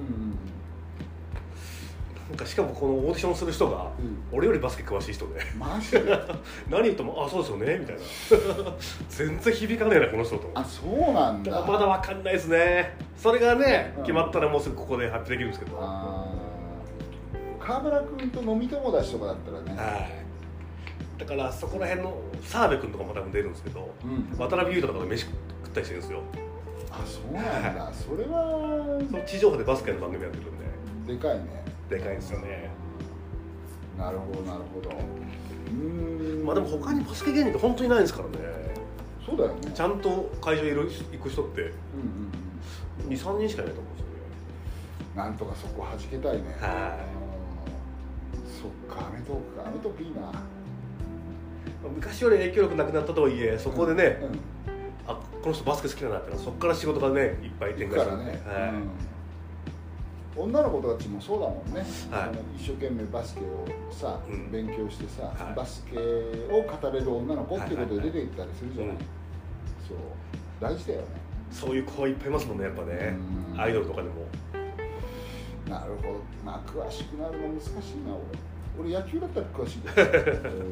なんかしかもこのオーディションする人が、うん、俺よりバスケ詳しい人で、 マジで何言ってもあそうですよねみたいな全然響かねえなこの人と。 あそうなんだ。 まだ分かんないですね。それがね、うん、決まったらもうすぐここで発表できるんですけど、 あ河村君と飲み友達とかだったらね、はい、 だからそこら辺の澤部君とかも多分出るんですけど、うん、渡辺裕太とかで飯食ったりしてるんですよ。 あそうなんだ、はい、それはその地上波でバスケの番組やってるんででかいね。 でかいんですよね。 なるほどなるほど。 うーん、まあでも他にバスケ芸人って本当にないんですからね。 そうだよね。 ちゃんと会場いる行く人って、うんうんうん、にさんにんしかいないと思うんですよね。 なんとかそこ弾けたいね。はい。そっか、アメトークか。アメトークいいな。 昔より影響力なくなったとはいえ、そこでね、うんうん、あこの人バスケ好きだなってのはそこから仕事がねいっぱい展開してるんで、ね、はい、 うん、女の子たちもそうだもんね、はい、一生懸命バスケをさ、うん、勉強してさ、はい、バスケを語れる女の子っていうことで出ていったりするじゃない、はいはいはい、そう大事だよね。 そういう子いっぱいいますもんねやっぱね、アイドルとかでも。 なるほど、まあ詳しくなるの難しいな。俺俺野球だったら詳しいけど、うん、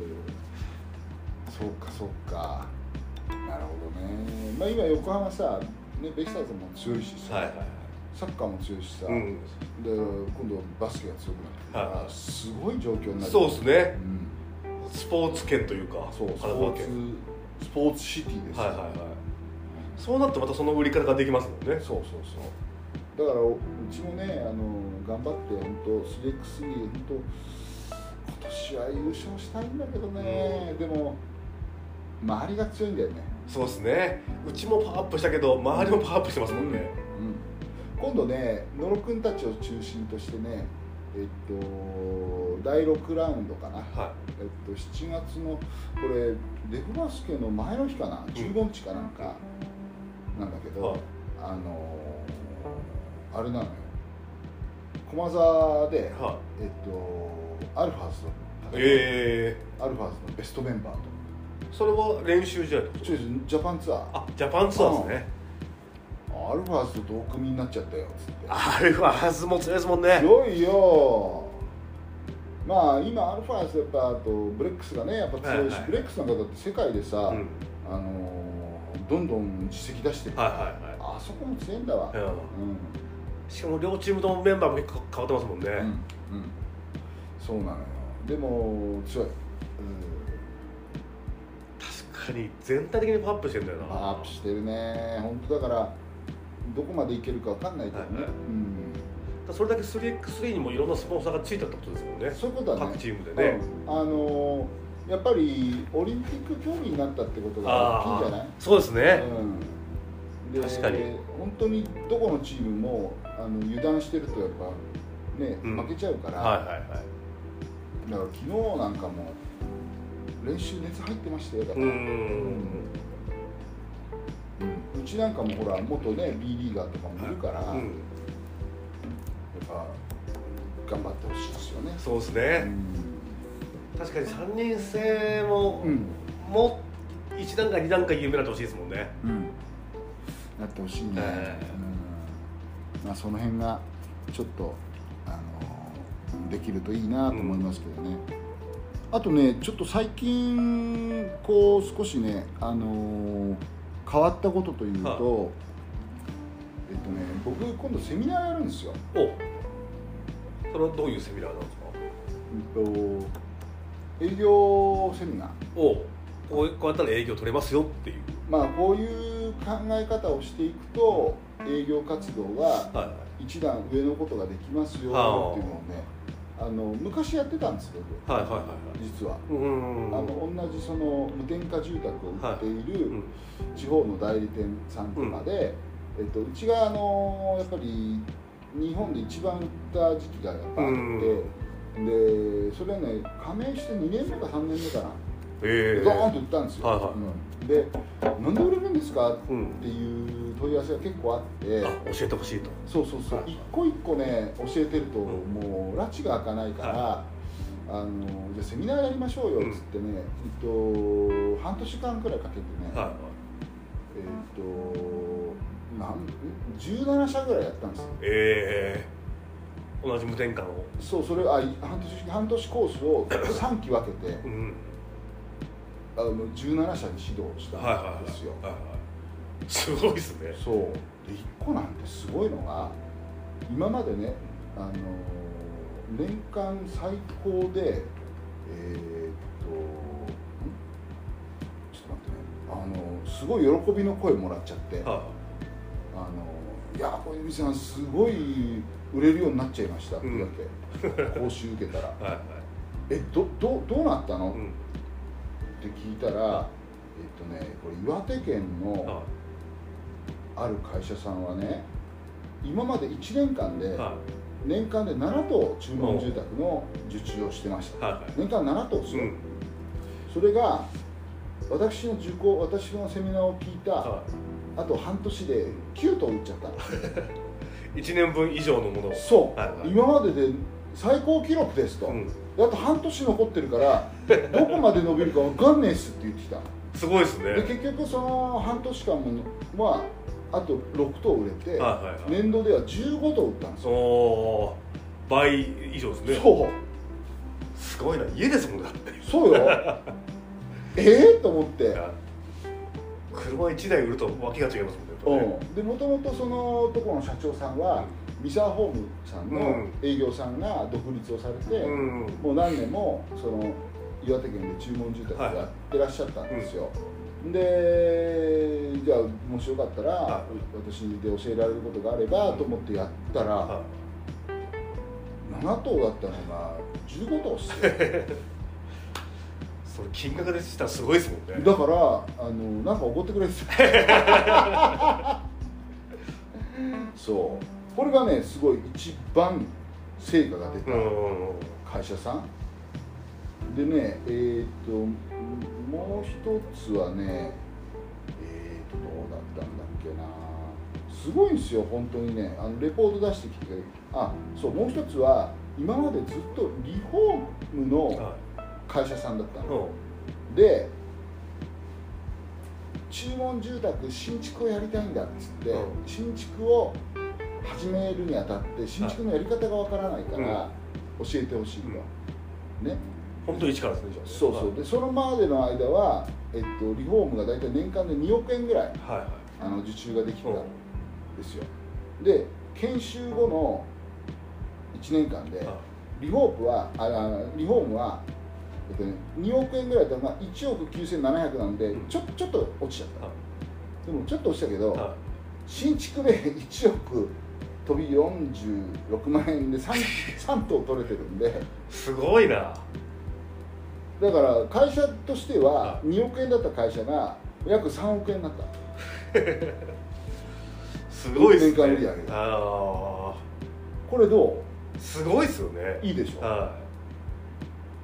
そうかそうか、なるほどね。まあ今横浜さ、ね、ベイスターズも強いしさ、はいはいはい、サッカーも強いしさ、うん、で今度バスケが強くなってるから、はい、すごい状況になる。 そうですね、うん、スポーツ圏というか、 そうスポーツスポーツシティですよ、はいはいはい、 そうなってまたその売り方ができますもんね。 そうそうそう。だからうちもね、あの頑張って本当 スリーエックススリー 本当今年は優勝したいんだけどね、うん、でも周りが強いんだよね。 そうですね。うちもパワーアップしたけど周りもパワーアップしてますもんね、 うんうん、今度ね野呂君たちを中心としてね、えっとだいろくラウンドかな、はい、えっとしちがつのこれデフバスケの前の日かな、じゅうごにちかなんかなんだけど、はい、あのあれなのよ、駒沢で、はあ、えっとアルファーズと、えー、アルファーズのベストメンバーと。 それは練習試合ってこと？ ジャパンツアー。 あ、ジャパンツアーですね。 アルファーズと同組になっちゃったよつって。 アルファーズも強いですもんね。 強いよ。まあ今アルファーズやっぱあとブレックスがねやっぱ強いし、はいはい、ブレックスなんかだって世界でさ、うん、あのどんどん実績出してるから、はいはいはい、あそこも強いんだわ。うんうん、 しかも両チームともメンバーも結構変わってますもんね、うんうん、 そうなのよ。でも強い、うん、 確かに全体的にパワーアップしてるんだよな。 パワーアップしてるね本当。だからどこまでいけるか分かんないけどね、はいはい、うん、 それだけ スリーエックススリー にもいろんなスポンサーがついたってことですもんね。 そういうことだね。 各チームでね、 うん、あのやっぱりオリンピック競技になったってことが大きいんじゃない？ そうですね、 うん、で確かに本当にどこのチームもあの油断してるとやっぱね、うん、負けちゃうから、はいはいはい、だから昨日なんかも練習熱入ってましたよ。だから、うん、うん、うちなんかもほら元ね B リーガーとかもいるから、うん、やっぱ頑張ってほしいですよね。 そうですね、うん、確かにさんにん制も、うん、もういちだんかいにだんか有名になってほしいですもんね、うん、 なってほしいね、えーうん、まあ、その辺がちょっとあのできるといいなと思いますけどね、うん、あとねちょっと最近こう少しね、あのー、変わったことというと、はあ、えっとね僕今度セミナーやるんですよ。 お、それはどういうセミナーなんですか？ うんと営業セミナー。 お、こう、こうやったら営業取れますよっていう、 まあこういう考え方をしていくと営業活動が一段上のことができますよっていうのをね、あの昔やってたんですよ、僕、はいはいはいはい、実は。うんうんうん、あの同じその無添加住宅を売っている地方の代理店さんとかで、うん、えっと、うちがあのやっぱり日本で一番売った時期がやっぱあって、うん、でそれね加盟してにねんめかさんねんめかな、えー、ドーンと売ったんですよ、はいはい、うん、でなんで売れるんですかっていう問い合わせが結構あって、 あ、教えてほしいと。 そうそうそう、はい、一個一個ね教えてるともう拉致が開かないから、はい、あのじゃあセミナーやりましょうよっつってね、うん、えっと半年間くらいかけてね、はい、えっとなんじゅうななしゃぐらいやったんですよ。 えー、同じ無添加の。そう、 それあ半年半年コースをさんき分けて、うん、あのじゅうななしゃに指導したんですよ。はいはいはいはい、 すごいですね。 そうでいっこなんてすごいのが、今までね、あの年間最高でえー、っとちょっと待ってね、あのすごい喜びの声もらっちゃって、はあ、あのいや小泉さんすごい売れるようになっちゃいましたっていうわけ、うん、講習受けたらはい、はい、えどどどうなったの、うん、って聞いたら、えっとねこれ岩手県の、はあ、ある会社さんはね、今までいちねんかんで年間でななとう注文住宅の受注をしてました、はいはい、年間ななとうですよ、うん、それが私の受講私のセミナーを聞いた、はい、あと半年できゅうとう売っちゃったいちねんぶん以上のものを。 そう、はいはい、今までで最高記録ですと、うん、あと半年残ってるからどこまで伸びるか分かんねえっすって言ってきた。 すごいですね。 で結局その半年間もはあとろくとう売れて、はいはいはい、年度ではじゅうごとう売ったんですよ。 お倍以上ですね。 そうすごいな、家ですもんだって。 そうよえーと思って、 車いちだい売ると訳が違いますもんね。 うん、でもともとそのところの社長さんは、うん、ミサーホームさんの営業さんが独立をされて、うん、もう何年もその岩手県で注文住宅をやってらっしゃったんですよ、はい、うん、でじゃあもしよかったら、はい、私で教えられることがあればと思ってやったら、はい、ななとうだったのがじゅうごとうっすよそれ金額でしたらすごいですもんね。 だからあのなんか怒ってくれってそうこれがねすごい一番成果が出た会社さんでね、えー、っともう一つはねえー、っとどうだったんだっけな、すごいんですよ本当にね、あのレポート出してきて、あそうもう一つは今までずっとリフォームの会社さんだったの、うん、で注文住宅新築をやりたいんだっつって、うん、新築を始めるにあたって新築のやり方がわからないから教えてほしいと、うん、ね、 本当に一からですね。 そうそう、でそのまでの間は、えっと、リフォームが大体年間でにおくえんぐらい、はいはい、あの受注ができたんですよ、うん、で研修後のいちねんかんでリフォームはあリフォームは、えっとね、におくえんぐらいだったらいちおくきゅうせんななひゃくなんで、うん、ちょちょっと落ちちゃった、はい、でもちょっと落ちたけど、はい、新築でいちおく飛びよんじゅうろくまんえんで 3, さん頭取れてるんですごいな。 だから会社としてはにおくえんだった会社が約さんおくえんになったすごいですね。 年間売り上げ。あこれどうすごいですよね。 いいでしょ。 はい。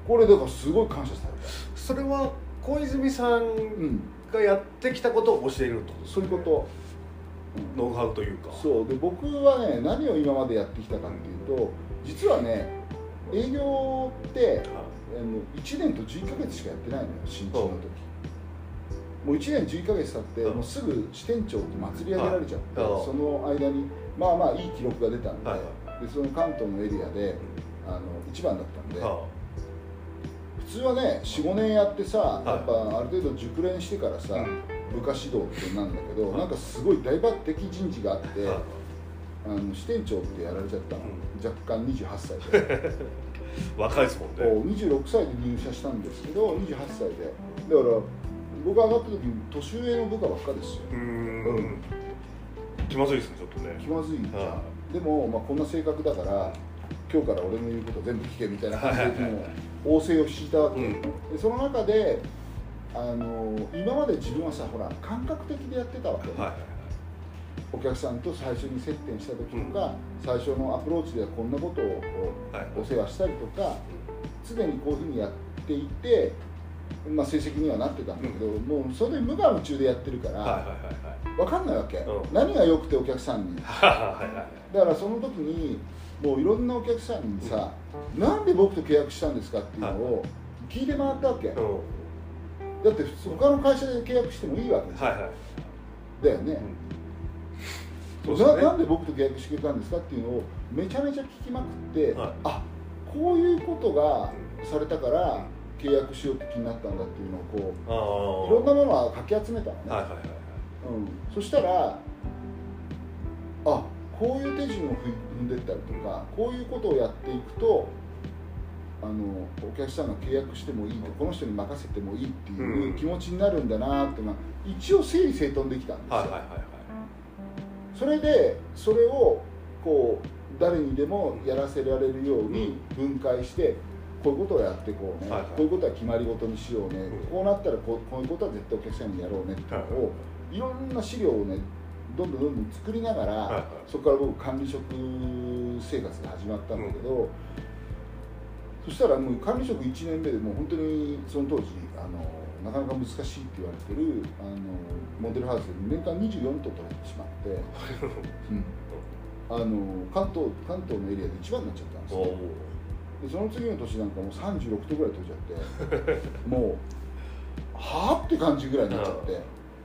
これだからすごい感謝された。 それは小泉さんがやってきたことを教えるってことですね。 そういうこと、 うん、ノウハウというか。 そうで僕はね何を今までやってきたかっていうと、実はね営業って、はい、いちねんとじゅういっかげつしかやってないのよ新人の時。もういちねんじゅういっかげつ経ってもうすぐ支店長って祭り上げられちゃって、その間にまあまあいい記録が出たんで、はい、でその関東のエリアであのいちばんだったんで、はあ普通はね よん,ご 年やってさ、はい、やっぱある程度熟練してからさ、うん、部下指導ってなんだけど、はい、なんかすごい大抜擢人事があって、はい、あの支店長ってやられちゃったの、うん、若干にじゅうはっさいで若いですもんね。 にじゅうろくさいで入社したんですけどにじゅうはっさいでだから僕が上がった時に年上の部下ばっかですよ。うーん、うん、 気まずいですねちょっとね。 気まずいじゃん、はい、でも、まあ、こんな性格だから今日から俺の言うこと全部聞けみたいな感じでもう仰せを敷いたわけ、うん、でその中であの今まで自分はさほら感覚的でやってたわけ、ねはい、お客さんと最初に接点した時とか、うん、最初のアプローチではこんなことをお世話したりとか常にこういうふうにやっていて、まあ、成績にはなってたんだけど、うん、もうそれで無我夢中でやってるから、はいはいはいはい、分かんないわけ、うん、何が良くてお客さんにだからその時にもういろんなお客さんにさ、うん、なんで僕と契約したんですかっていうのを聞いて回ったわけ、うん、だって普通他の会社で契約してもいいわけですよ、はいはい、だよね、うん、な, ねなんで僕と契約してくれたんですかっていうのをめちゃめちゃ聞きまくって、はい、あこういうことがされたから契約しようって気になったんだっていうのをこういろんなものはかき集めたのね、はいはいはいはい、うん、そしたらあこういう手順を踏んでったりとかこういうことをやっていくとあのお客さんが契約してもいいとこの人に任せてもいいっていう気持ちになるんだなっていうのは一応整理整頓できたんですよ、はいはいはいはい、それでそれをこう誰にでもやらせられるように分解してこういうことをやってこうね、はいはい、こういうことは決まり事にしようね、うん、こうなったらこう、こういうことは絶対お客さんにやろうねっていうのを、はい、いろんな資料をねどんどんどんどん作りながら、はいはい、そこから僕管理職生活が始まったんだけど、うん、そしたらもう管理職いちねんめでもう本当にその当時あのなかなか難しいって言われてるあのモデルハウスで年間にじゅうよん頭取れてしまって、うん、あの関東関東のエリアで一番になっちゃったんですよ。でその次の年なんかもうさんじゅうろく頭ぐらい取れちゃってもうはぁって感じぐらいになっちゃって、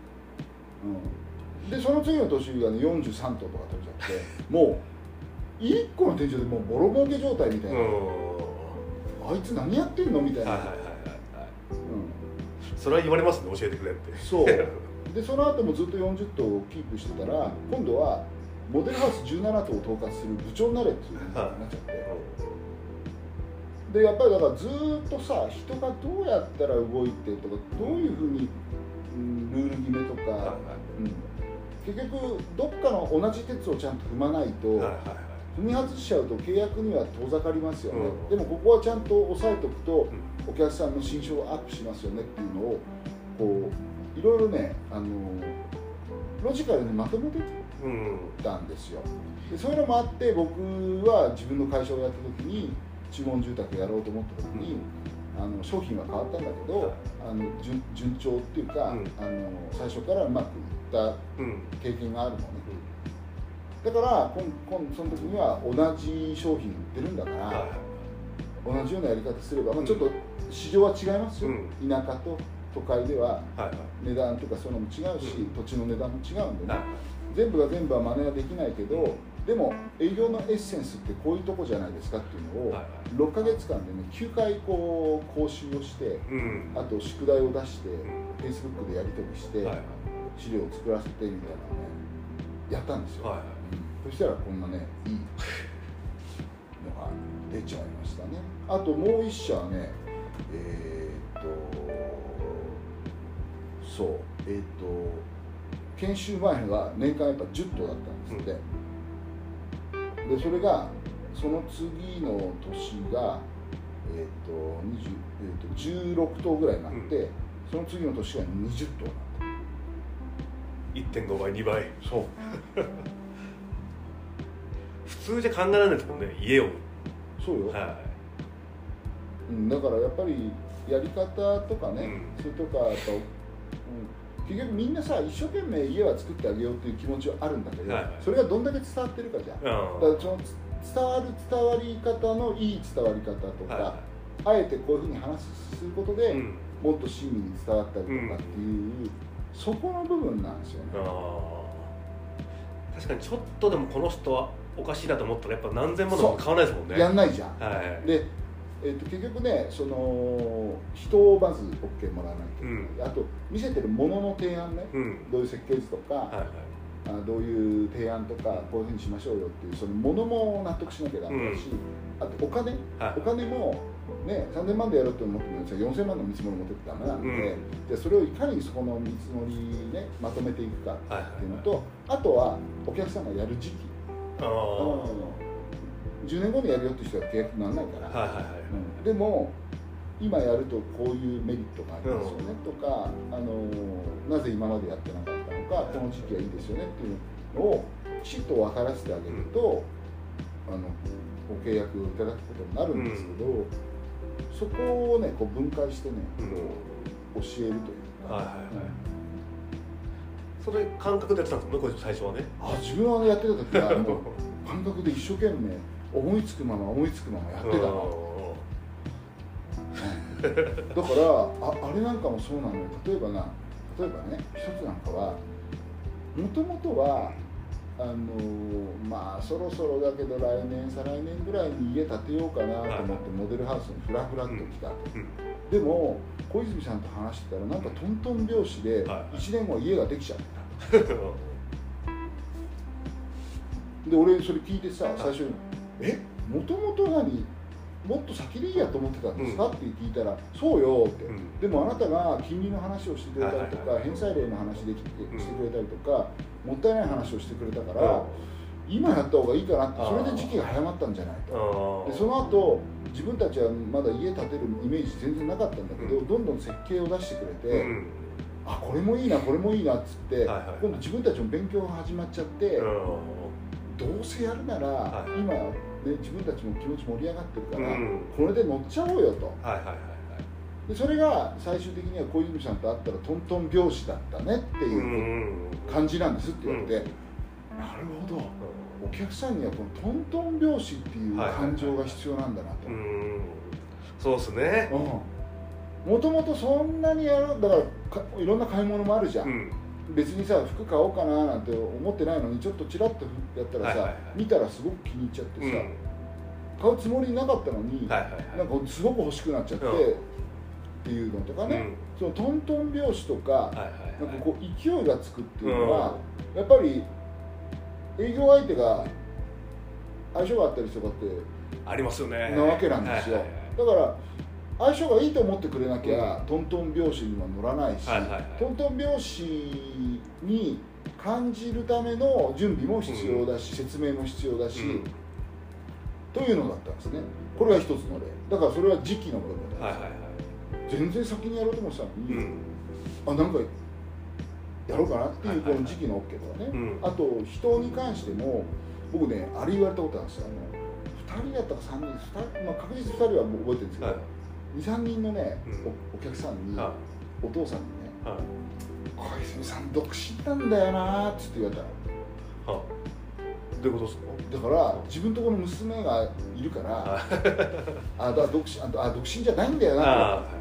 うん、でその次の年が、ね、よんじゅうさん頭とか取れちゃってもういっこの天井でもうボロ儲け状態みたいな、あいつ何やってんのみたいな、はいはいはいはい、 うん、それは言われますね教えてくれって。 そうでその後もずっとよんじゅう頭をキープしてたら今度はモデルハウスじゅうなな頭を統括する部長になれっていう風になっちゃって、はい、でやっぱりだからずっとさ人がどうやったら動いてとかどういうふうに、うん、ルール決めとか、はいはい、うん、結局どっかの同じ鉄をちゃんと踏まないと、はいはいはい、踏み外しちゃうと契約には遠ざかりますよね、うん、でもここはちゃんと押さえておくと、うん、お客さんの心象がアップしますよねっていうのをこういろいろねあのロジカルにまとめてたんですよ。でそういうのもあって僕は自分の会社をやった時に注文住宅やろうと思った時に、うん、あの商品は変わったんだけど、はい、あの 順, 順調っていうか、うん、あの最初からうまくいった経験があるのね、うん、だから今今その時には同じ商品売ってるんだから、はい、同じようなやり方すれば、まあ、ちょっと市場は違いますよ、うん、田舎と都会では値段とかそういうのも違うし、うん、土地の値段も違うんでね、はい、全部が全部は真似はできないけど、うん、でも営業のエッセンスってこういうとこじゃないですかっていうのをろっかげつかんでねきゅうかいこう講習をして、うん、あと宿題を出して、うん、Facebook でやり取りして、はい、資料を作らせてみたいなのねやったんですよ、はいはい、うん、そしたらこんなねいいのが出ちゃいましたね。あともう一社はねえー、っとそうえー、っと研修前は年間やっぱじゅっ頭だったんですって、 でそれがその次の年が、えーとにじゅうえー、とじゅうろくとうぐらいになって、うん、その次の年がにじゅっとうになった。 いってんご 倍にばい。 そう普通じゃ考えられないですもんね、家を。 そうよ、はい、うん、だからやっぱりやり方とかね、うん、それとかやっぱ、うん、結局みんなさ一生懸命家は作ってあげようっていう気持ちはあるんだけど、はいはい、それがどんだけ伝わってるかじゃん、うん、だからその伝わる伝わり方のいい伝わり方とか、はい、あえてこういうふうに話することで、うん、もっと親身に伝わったりとかっていう、うん、そこの部分なんですよね。 あ、確かにちょっとでもこの人はおかしいなと思ったらやっぱ何千万のも買わないですもんね。 やんないじゃん、 はい、 で、えー、と結局ね、その人をまず OK もらわないと、うん、あと見せてるものの提案ね、うん、どういう設計図とか、はいはい、あどういう提案とかこういうふうにしましょうよっていうそのものも納得しなきゃダメだし、うん、あとお金、はい、お金も、ね、さんぜんまんでやろうと思ってもよんせんまんの見積もり持ってってダメなんで、うん、でそれをいかにそこの見積もり、ね、まとめていくかっていうのと、はいはいはい、あとはお客さんがやる時期、あじゅうねんごにやるよって人は契約にならないから、はいはいはいうん、でも今やるとこういうメリットがありますよね、うん、とか、あのなぜ今までやってなかったのか、この時期はいいですよねっていうのをきちっと分からせてあげると、うん、あのご契約をいただくことになるんですけど、うん、そこをねこう分解してね、うん、こう教えるというか、はいはいはい、 それ感覚でやってたんですもんね、これ最初はね。 あ自分はやってた時はもう感覚で一生懸命思いつくまま思いつくままやってたの。だからあ、あれなんかもそうなのよ。例えばな、例えばね、一つなんかはもともとはあのまあそろそろだけど来年再来年ぐらいに家建てようかなと思ってモデルハウスにフラフラっと来たと、うんうん、でも小泉さんと話してたらなんかトントン拍子でいちねんご家ができちゃった、はい、で俺それ聞いてさ最初に「えもともと何もっと先でいいやと思ってたんですか?」って聞いたら「そうよ」って、うん、でもあなたが金利の話をしてくれたりとか、はいはいはい、返済例の話できてしてくれたりとか、もったいない話をしてくれたから、うん、今やった方がいいかなって、それで時期が早まったんじゃないと。でその後自分たちはまだ家建てるイメージ全然なかったんだけど、うん、どんどん設計を出してくれて、うん、あこれもいいなこれもいいなっつって、はいはいはい、今度自分たちも勉強が始まっちゃって、うん、どうせやるなら、はい、今で自分たちも気持ち盛り上がってるから、うん、これで乗っちゃおうよと、はいはいはいはい、でそれが最終的には小泉さんと会ったらトントン拍子だったねっていう感じなんですって言われて、うん、なるほど、お客さんにはこのトントン拍子っていう感情が必要なんだなと、はいはいはい、うんそうですね、 もともとそんなにやるだからかいろんな買い物もあるじゃん、うん別にさ服買おうかななんて思ってないのにちょっとチラッとやったらさ、はいはいはい、見たらすごく気に入っちゃってさ、うん、買うつもりなかったのに、はいはいはい、なんかすごく欲しくなっちゃって、うん、っていうのとかね、うん、そのトントン拍子とか、はいはいはい、なんかこう勢いがつくっていうのは、うん、やっぱり営業相手が相性があったりとかってありますよねなわけなんですよ、はいはいはい、だから相性がいいと思ってくれなきゃ、うん、トントン拍子には乗らないし、はいはいはい、トントン拍子に感じるための準備も必要だし、うん、説明も必要だし、うん、というのだったんですね。これが一つの例だから、それは時期の部分です、はいはいはい、全然先にやろうと思ってたのに、うん、あなんかやろうかなっていうこの時期の OK とかね、はいはいはい、あと人に関しても僕ねあれ言われたことあるんですよ。あのふたりだったかさんにん、まあ、確実ふたりはもう覚えてるんですけど、はいにさんにんのね、うん、お, お客さんに、はあ、お父さんにね「はあ、小泉さん独身なんだよな」っつって言われたの、はあ、 どういうことですか？ だから自分とこの娘がいるから、はあ、あだ独身あ独身じゃないんだよなって、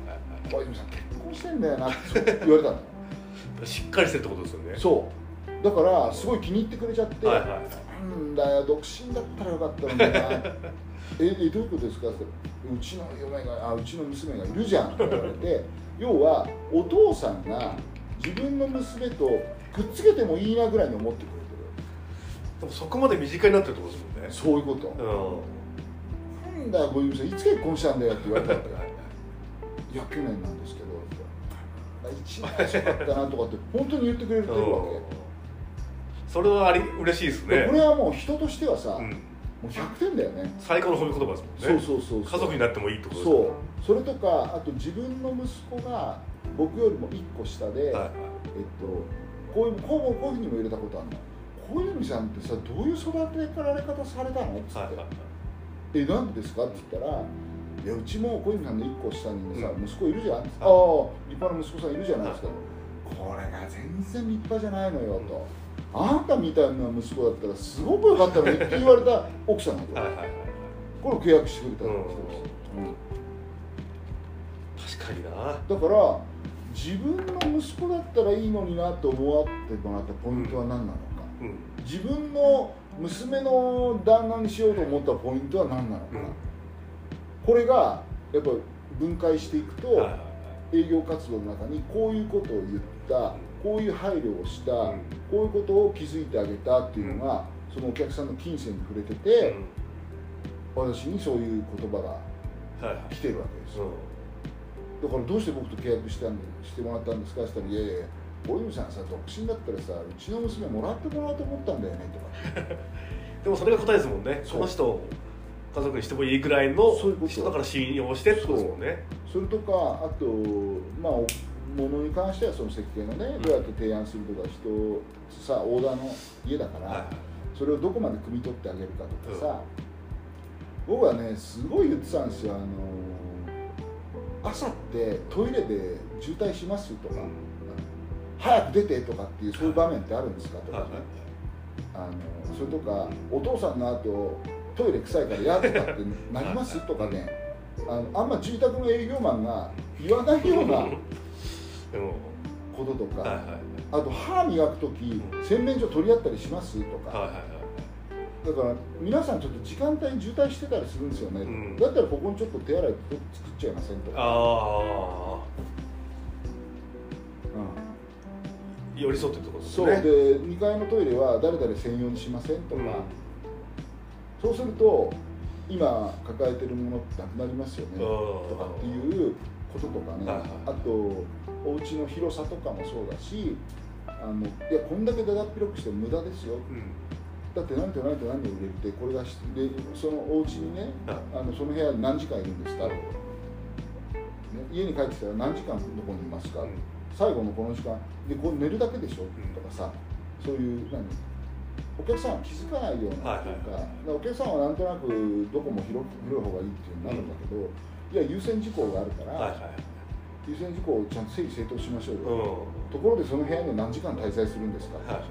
小泉さん結婚してんだよなって言われたのしっかりしてるってことですよね。 そうだからすごい気に入ってくれちゃって、はいはいはい、なんだよ独身だったらよかったのになええどういうことですかってうちの嫁があうちの娘がいるじゃんって言われて要はお父さんが自分の娘とくっつけてもいいなぐらいに思ってくれてる。 でもそこまで身近になってるってことですもんね。 そういうこと、うん、なんだよ小泉さんいつ結婚したんだよって言われたんだよいや去年なんですけどいちねん遅かったなとかって本当に言ってくれてるわけそれはあり嬉しいですね。 これはもう人としてはさ、うんもうひゃくてんだよね。 最高の褒め言葉ですもんね。 そうそうそう家族になってもいいってことですから。 そうそれとか、あと自分の息子が僕よりもいっこ下で、はいはい、えっとこういうこうこういうふうにも入れたことあるの。小泉さんってさ、どういう育てられ方されたのって言って、はいはいはい、え、なんでですかって言ったら、いやうちも小泉さんのいっこ下にさ、うん、息子いるじゃんって、はい、ああ立派な息子さんいるじゃないですか、はい、これが全然立派じゃないのよと、うん、あんたみたいな息子だったらすごく良かったのにって言われた奥さんなんですよ。はいはいはい、これを契約してくれたんですよ、うんうん、 確かにな。 だから自分の息子だったらいいのになと思わってもらったポイントは何なのか、うんうん、自分の娘の旦那にしようと思ったポイントは何なのか、うん、これがやっぱ分解していくと、はい、営業活動の中にこういうことを言った、こういう配慮をした、うん、こういうことを気づいてあげたっていうのが、うん、そのお客さんの金銭に触れてて、うん、私にそういう言葉が来てるわけですよ、はい、だからどうして僕と契約したんしてもらったんですかって言ったら、いやいや小泉さんさ、独身だったらさ、うちの娘もらってもらおうと思ったんだよねとかでもそれが答えですもんね。その人を家族にしてもいいくらいの人だから信用してってことですもんね。 それとか、あとまあ物に関してはその設計のね、どうやって提案するとか、人さオーダーの家だから、はい、それをどこまで汲み取ってあげるかとかさ、うん、僕はねすごい言ってたんですよ。あの朝ってトイレで渋滞しますとか、うん、早く出てとかっていうそういう場面ってあるんですかとかね、あのそれとかお父さんの後トイレ臭いからやとかってなりますとかね、あのあんま住宅の営業マンが言わないようなこととか、はいはい、あと歯磨く時洗面所取り合ったりしますとか、はいはいはい、だから皆さんちょっと時間帯に渋滞してたりするんですよね、うん、だったらここにちょっと手洗い作っちゃいませんとか、あ、 うん、寄り添ってるところですね。 そうで、にかいのトイレは誰々専用にしませんとか、うん、そうすると今抱えてるものってなくなりますよねとかっていうこととかね、はいはい、あとお家の広さとかもそうだし、あのいやこんだけだだっ広くして無駄ですよ、うん、だって何と何と何を入れてこれがでそのお家にね、はい、あのその部屋に何時間いるんですか、ね、家に帰ってきたら何時間どこにいますか、うん、最後のこの時間でこう寝るだけでしょ、うん、とかさ、そういう何お客さんは気づかないようなというか、はいはいはい、お客さんはなんとなくどこも広広い方がいいっていうのになるんだけど、うん、いや優先事項があるから、はいはいはい、優先事項をちゃんと整理整頓しましょうよ、うん、ところでその部屋に何時間滞在するんですか、はいはいはい、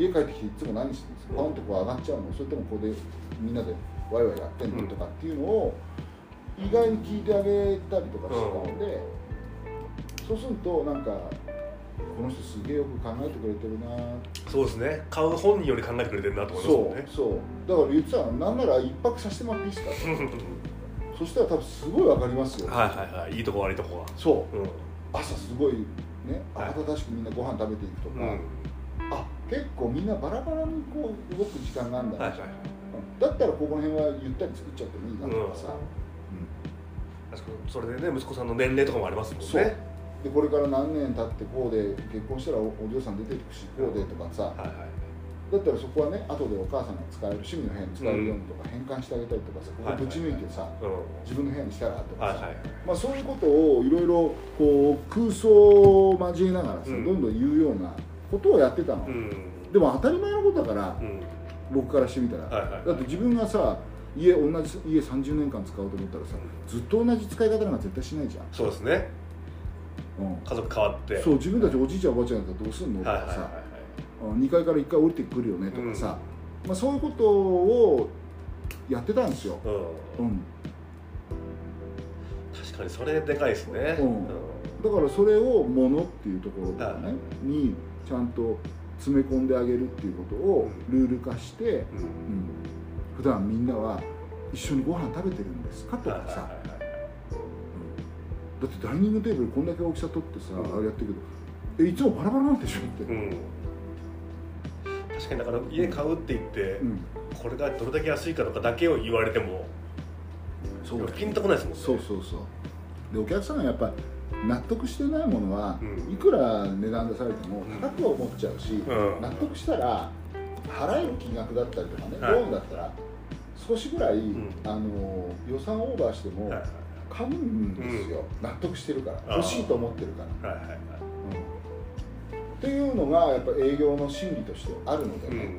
家帰ってきていつも何してるんですか、ポンとこう上がっちゃうの、それともここでみんなでワイワイやってんのとかっていうのを意外に聞いてあげたりとかしてたので、うん、そうするとなんかこの人すげえよく考えてくれてるな。 そうですね、買う本人より考えてくれてるなと思いますもんね。 そうそう、だから言ってたの、なんなら一泊させてもらっていいですかそしたら多分すごい分かりますよ。 はいはいはい、いいとこ悪いとこは。 そう、うん、朝すごいね、慌ただしくみんなご飯食べていくとか、はい、あ、結構みんなバラバラにこう動く時間があるんだね、はいはいはい、だったらここら辺はゆったり作っちゃってもいいなとかさ、うんうん、確かにそれでね、息子さんの年齢とかもありますもんね。 そうで、これから何年経ってこうで結婚したら お, お嬢さん出てくしこうでとかさ、はいはい、だったらそこはね、後でお母さんが使える趣味の部屋に使えるようにとか変換してあげたりとかさ、ここぶち抜いてさ、はいはいはい、自分の部屋にしたらとかさ、はいはいはい、まあ、そういうことをいろいろこう空想を交えながらさ、うん、どんどん言うようなことをやってたの、うん、でも当たり前のことだから、うん、僕からしてみたら、はいはいはい、だって自分がさ家同じ家さんじゅうねんかん使おうと思ったらさ、ずっと同じ使い方なんか絶対しないじゃん。 そうですね、うん、家族変わって、 そう、自分たちおじいちゃんおばあちゃんだったらどうすんのとかさ、はいはいはいはい、にかいからいっかい降りてくるよねとかさ、うん、まあ、そういうことをやってたんですよ、うんうん、 確かにそれでかいですね、うんうん、 だからそれを物っていうところとかね、はい、にちゃんと詰め込んであげるっていうことをルール化して、うんうん、普段みんなは一緒にご飯食べてるんですかとかさ、はいはいはい、だってダイニングテーブルこんだけ大きさ取ってさ、うん、あれやってるけど、え、いつもバラバラなんでしょって、うん、 確かに。だから家買うって言って、うん、これがどれだけ安いかとかだけを言われても、そう、ピンとこないですもんね。 そうそうそう。で、お客さんがやっぱ納得してないものは、うん、いくら値段出されても高く思っちゃうし、うん、納得したら払える金額だったりとかね、ローンだったら少しぐらい、うん、あの予算オーバーしても買うんですよ、うん、納得してるから欲しいと思ってるから、はいはいはい、うん、っていうのがやっぱ営業の心理としてあるのでね、うんうん、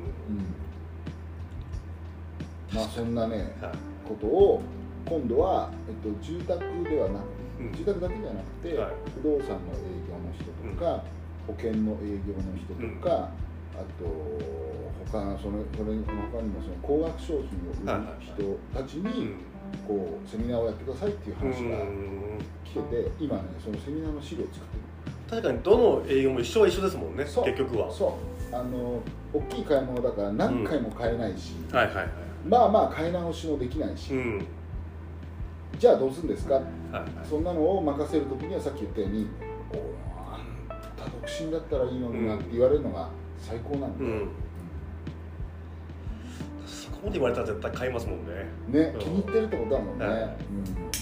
まあそんなね、はい、ことを今度は、えっと、住宅ではなくて、うん、住宅だけじゃなくて、はい、不動産の営業の人とか、うん、保険の営業の人とか、うん、あと他そのそれ他にもその高額商品を売る人たちにこうセミナーをやってくださいっていう話が来てて、今ねそのセミナーの資料を作ってる。 確かにどの営業も一緒は一緒ですもんね。結局はそうあの大きい買い物だから何回も買えないし、 うん、はいはいはい、まあまあ買い直しもできないし、うん、じゃあどうするんですか、はいはい、そんなのを任せるときにはさっき言ったようにおあんた独身だったらいいのになって言われるのが最高なんで、うんうん、 そこまで言われたら絶対買いますもんね。 ね、気に入ってるってことだもんね、はい、うん、そうなんですよ。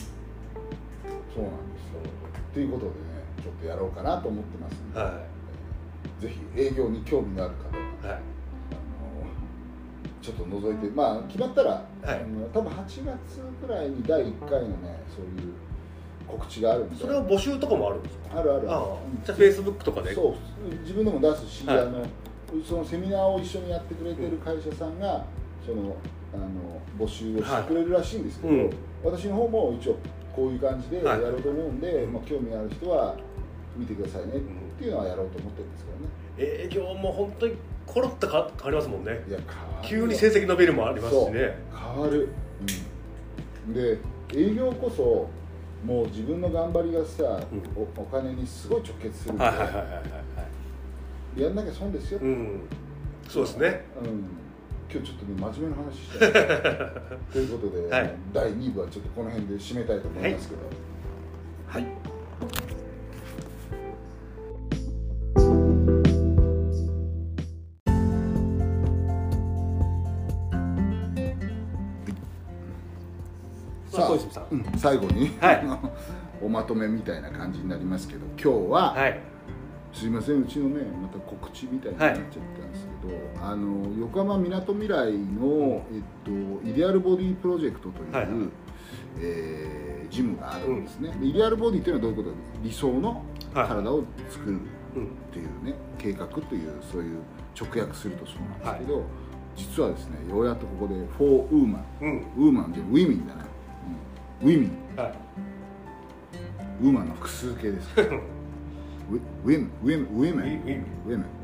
ということでねちょっとやろうかなと思ってますので、はい、ぜひ営業に興味のある方は、はい、ちょっと覗いて、まあ決まったら、はい、多分はちがつぐらいにだいいっかいのねそういう告知があるんで。 それは募集とかもあるんですか？ あるあるある。ああ、 じゃあ Facebook とかで。 そう自分でも出すし、はい、あのそのセミナーを一緒にやってくれてる会社さんがそのあの募集をしてくれるらしいんですけど、はい、うん、私の方も一応こういう感じでやろうと思うんで、はい、まあ、興味ある人は見てくださいねっていうのはやろうと思ってるんですけどね。 営業も本当にコロッと変わりますもんね。いや急に成績伸びるもありますしね。 変わる、うん、で営業こそもう自分の頑張りがさ、うん、お, お金にすごい直結するんで、はいはいはいはい、やんなきゃ損ですよ、うん、 そうですね、 うん、今日ちょっとね真面目な話したいということで、はい、だいに部はちょっとこの辺で締めたいと思いますけど、はい、はい、さあ、うん、最後に、はい、おまとめみたいな感じになりますけど、今日は、はい、すいませんうちのねまた告知みたいになっちゃったんですけど、はい、あの横浜みなとみらいの、えっと、イデアルボディプロジェクトという、はい、えー、ジムがあるんですね、うん、イデアルボディというのはどういうことか、理想の体を作るっていうね、はい、計画というそういう直訳するとそうなんですけど、はい、実はですねようやっとここで「フォーウーマン」うん、ウーマンじゃウィミンだね、ウィミン、はい、ウーマンの複数形ですウィメン、ウィメン、ウィメン、ウィメン、ね、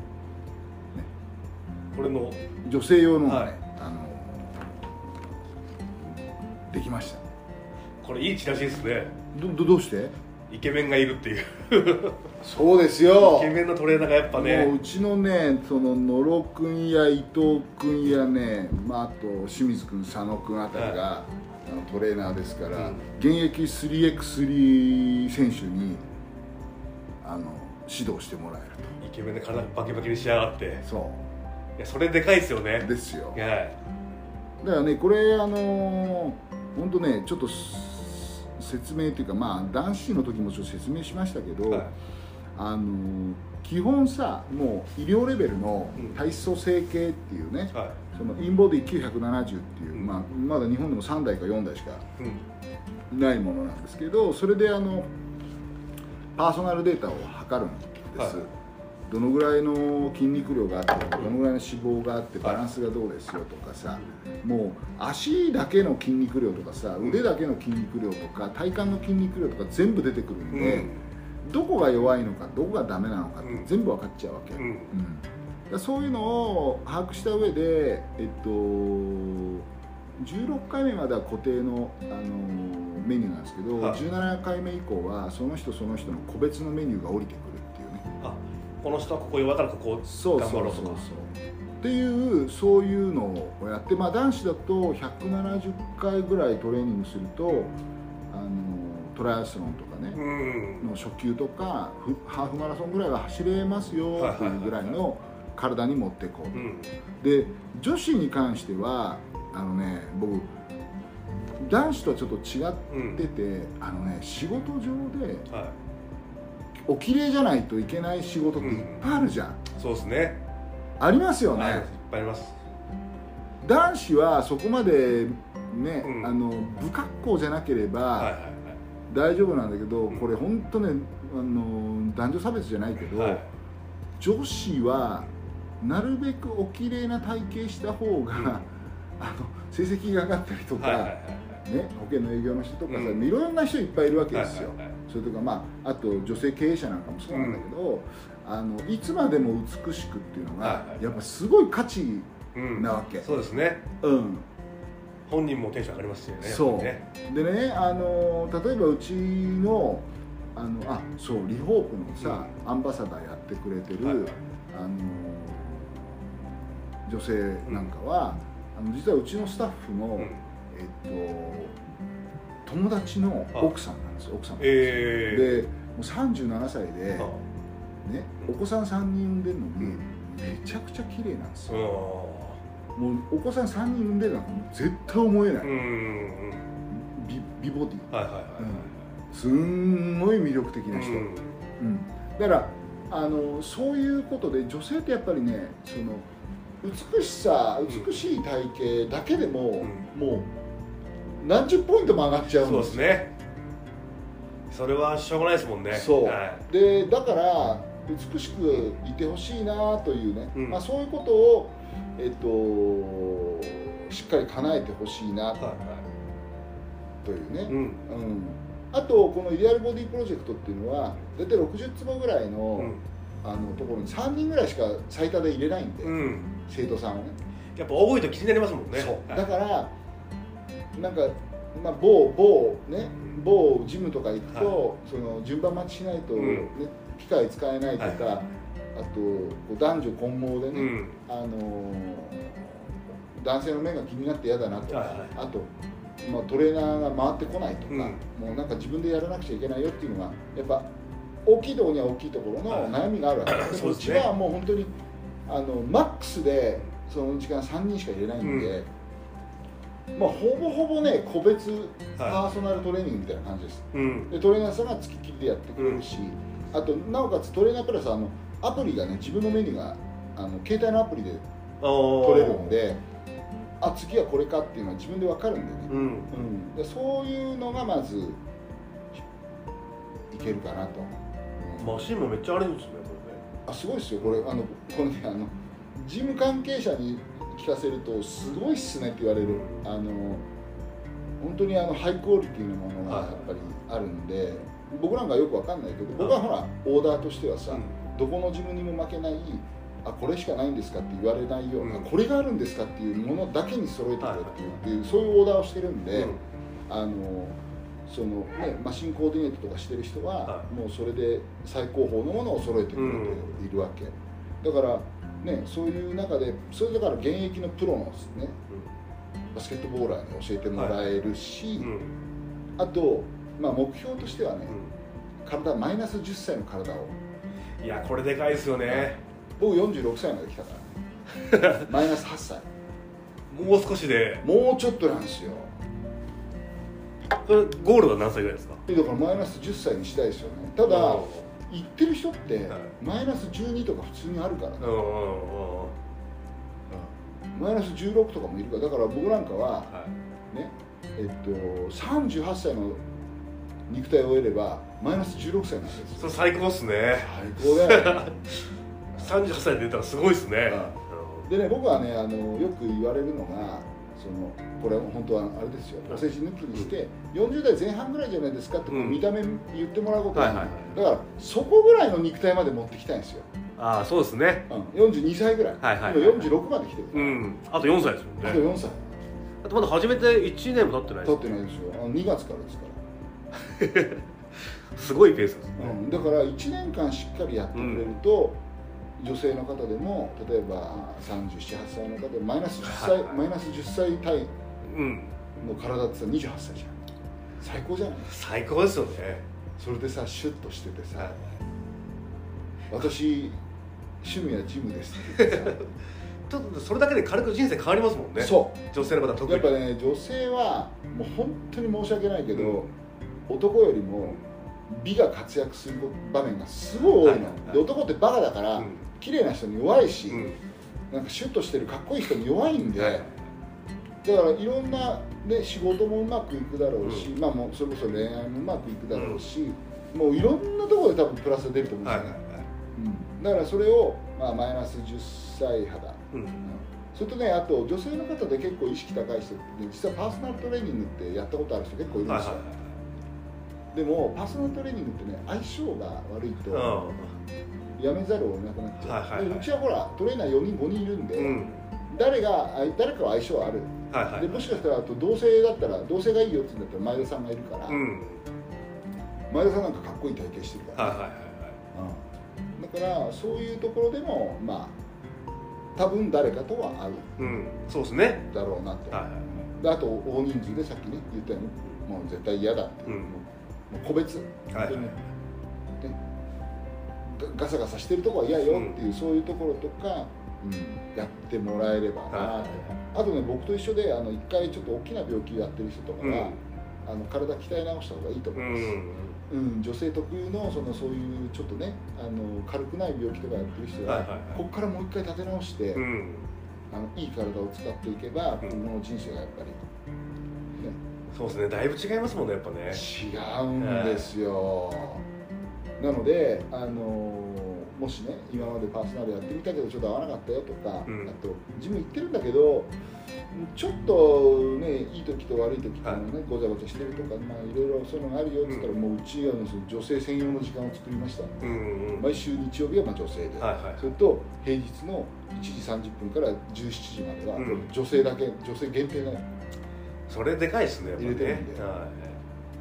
これの女性用のがね、はい、あのできました。 これいいチラシですね。 ど, ど, どうしてイケメンがいるっていうそうですよ。 イケメンのトレーナーがやっぱね、 もううちのねその野呂君や伊藤君やね、まあ、あと清水君佐野君あたりが、はい、あのトレーナーですから、うん、現役 スリーエックススリー 選手にあの指導してもらえると。 イケメンで体バキバキに仕上がって、 そういやそれでかいですよね。 ですよ、 はい、 だからねこれあの本当ねちょっと説明というか、まあ男子の時もちょっと説明しましたけど、はい、あの基本さもう医療レベルの体組成計っていうね、うん、はい、そのインボディきゅうひゃくななじゅうっていう、うん、まあ、まだ日本でもさんだいかよんだいしかないものなんですけど、それであのパーソナルデータを測るんです、はい、どのぐらいの筋肉量があってどのぐらいの脂肪があってバランスがどうですよとかさ、もう足だけの筋肉量とかさ腕だけの筋肉量とか体幹の筋肉量とか全部出てくるんで、うん、どこが弱いのかどこがダメなのかって全部分かっちゃうわけ、うんうん、だそういうのを把握した上で、えっと、じゅうろっかいめまでは固定の、あのメニューなんですけど、はい、じゅうななかいめ以降はその人その人の個別のメニューが降りてくるっていうね。あ、 この人はここ弱いからここ頑張ろうとか。そうそうそうそうっていうそういうのをやって、まあ、男子だとひゃくななじゅっかいぐらいトレーニングするとあのトライアスロンとかね、うん、の初級とかハーフマラソンぐらいは走れますよっていうぐらいの体に持っていこうと、うん、で女子に関してはあのね僕男子とはちょっと違ってて、うん、あのね仕事上で、はい、お綺麗じゃないといけない仕事っていっぱいあるじゃん、 うん、そうですね、 ありますよね、 いっぱいあります。 男子はそこまでね、 うん、 あの不格好じゃなければ、はいはいはい、大丈夫なんだけど、うん、これ本当ねあの男女差別じゃないけど、はい、女子はなるべくお綺麗な体型した方が、うん、あの成績が上がったりとか、はいはいはい、ね、保険の営業の人とかさ、うん、いろんな人いっぱいいるわけですよ、はいはいはい、それとか、まあ、あと女性経営者なんかもそうなんだけど、うん、あのいつまでも美しくっていうのが、はいはい、やっぱすごい価値なわけ、 うん、そうですね、うん、本人もテンション上がりますよね。 そうねでね、あの例えばうちのあのあそうリホープのさ、うん、アンバサダーやってくれてる、はいはい、あの女性なんかは、うん、あの実はうちのスタッフの、うん、えっと友達の奥さんなんですよ、奥さんなんですよ、えー、でもうさんじゅうななさいで、ね、お子さんさんにん産んでるのに、うん、めちゃくちゃ綺麗なんですよ、もうお子さんさんにん産んでるなんか絶対思えない、うんうん、美, 美ボディ、はいはいはいはい、うん、すんごい魅力的な人、うんうん、だからあのそういうことで女性ってやっぱりね、その美しさ美しい体型だけでも、うん、もう何十ポイントも上がっちゃうんですよ。 そうですね、それはしょうがないですもんね。 そう、はい、でだから美しくいてほしいなというね、うん、まあ、そういうことをえっと、しっかり叶えてほしいなというね、はいはい、うんうん、あとこのイデアルボディプロジェクトっていうのは大体ろくじゅっつぼぐらいの、うん、あのところにさんにんぐらいしか最多で入れないんで、うん、生徒さんをね、 やっぱ多いと気になりますもんね。 そう、はい、だからなんか、まあ、某某ね某ジムとか行くと、はい、その順番待ちしないと、ね、うん、機械使えないとか、はいはい、あと男女混合でね、うん、あのー、男性の面が気になって嫌だなとか、はいはい、あと、まあ、トレーナーが回ってこないとか、うん、もうなんか自分でやらなくちゃいけないよっていうのがやっぱ大きいところには大きいところの悩みがあるわけです、はい、でもうちはもう本当にあのマックスでその時間さんにんしか入れないんで、うん、まあ、ほぼほぼね個別パーソナルトレーニングみたいな感じです、はい、でトレーナーさんが付きっきりでやってくれるし、うん、あとなおかつトレーナープラスあのアプリがね、自分のメニューがあの携帯のアプリで取れるんで、あ、次はこれかっていうのは自分で分かるんでね、うんうん、でそういうのがまずいけるかなと、 うん、マシンもめっちゃあるんですね、これね。 あ、すごいですよ、これあのこれね、あのジム関係者に聞かせるとすごいっすねって言われる、うん、あの本当にあのハイクオリティなものがやっぱりあるんで、はい、僕なんかよく分かんないけど、僕はほらオーダーとしてはさ、うん、どこのジムにも負けない、あ、これしかないんですかって言われないような、うん、これがあるんですかっていうものだけに揃えてくれっていう、っていうそういうオーダーをしてるんで、うん、あのそのね、マシンコーディネートとかしてる人は、はい、もうそれで最高峰のものを揃えてくれているわけ、うん、だからね、そういう中でそれだから現役のプロのね、うん、バスケットボーラーに教えてもらえるし、はい、うん、あと、まあ、目標としてはね、うん、体マイナスじゅっさいの体を、 いや、これでかいですよね。 僕よんじゅうろくさいまで来たからマイナスはっさい、 もう少しで、 もうちょっとなんですよ。 それゴールは何歳ぐらいですか？ だからマイナスじゅっさいにしたいですよね。ただ行ってる人ってマイナスじゅうにとか普通にあるからね、うん、マイナスじゅうろくとかもいるから。だから僕なんかは、はい、ね、えっとさんじゅうはっさいの肉体を得ればマイナスじゅうろくさいなんですよ。 それ最高っすね。 最高だよねさんじゅうはっさいで出たらすごいっすね、 うん、でね、僕はね、あのよく言われるのが、そのこれは本当はあれですよ、お世辞抜きにして、うん、よんじゅうだいぜん半ぐらいじゃないですかって見た目言ってもらうことが、うん、はいはいはい、だからそこぐらいの肉体まで持ってきたいんですよ。 ああ、そうですね、 うん、よんじゅうにさいぐらい、はいはいはいはい、今よんじゅうろくまで来てるから、うん、 あとよんさいですもんね。 あとよんさい、 あとまだ始めていちねんも経ってないです。 経ってないですよ。あのにがつからですからすごいペースですね、 うん、だからいちねんかんしっかりやってくれると、うん、女性の方でも例えばさんじゅうなな、はっさいの方でマイナスじゅっさい、はいはい、マイナスじゅっさい単位の体ってさにじゅうはっさいじゃん。最高じゃない？ 最高ですよね。 それでさ、シュッとしててさ、はい、私趣味はジムですって言ってさちょっとそれだけで軽く人生変わりますもんね。 そう、 女性の方は特にやっぱね、女性はもう本当に申し訳ないけど、うん、男よりも美が活躍する場面がすごい多いの、はいはい、で男ってバカだから、うん、綺麗な人に弱いし、うん、なんかシュッとしてるかっこいい人に弱いんで、はい、 だからいろんな、ね、仕事もうまくいくだろうし、うん、まあもうそれこそ恋愛もうまくいくだろうし、うん、もういろんなところで多分プラスが出ると思うんですよね、はいはいはい、うん、だからそれを、まあ、マイナスじゅっさい肌、うんうん、それとね、あと女性の方で結構意識高い人って、ね、実はパーソナルトレーニングってやったことある人結構いるんですよ、はいはいはい、でもパーソナルトレーニングってね、相性が悪いとやめざるを得なくなっちゃう、はいはいはい、でうちはほらトレーナーよにんごにんいるんで、うん、誰が誰かは相性ある、はいはいはい、でもしかしたらあと同性だったら同性がいいよって言うんだったら前田さんがいるから、うん、前田さんなんかかっこいい体型してるから、ね、はいはいはいはい、うん、だからそういうところでもまあ多分誰かとは合う、うん、そうですねだろうなと、はいはい、であと大人数でさっきね言ったようにもう絶対嫌だっていう、うん、もう個別、はいはい、ね、ガサガサしてるところは嫌よっていう、うん、そういうところとか、うん、やってもらえればなと、はいはいはい、あとね僕と一緒であの一回ちょっと大きな病気やってる人とかは、うん、あの体鍛え直した方がいいと思います、うんうん、女性特有の、 そのそういうちょっとねあの軽くない病気とかやってる人は、はいはいはい、ここからもう一回立て直して、うん、あのいい体を使っていけば、うん、今後の人生がやっぱり、ね、 そうですね、だいぶ違いますもんねやっぱね、 違うんですよ、なのであのもしね今までパーソナルやってみたけどちょっと合わなかったよとか、うん、あとジム行ってるんだけどちょっとねいい時と悪い時とかね、はい、ごちゃごちゃしてるとか、まあ、いろいろそういうのがあるよって言ったら、うん、もううちは女性専用の時間を作りましたので、うんうん、毎週日曜日はまあ女性で、はいはい、それと平日のいちじさんじゅっぷんからじゅうしちじまでは女性だけ、うん、女性限定だよ。 それでかいですねやっぱね、 入れてるんで、はい、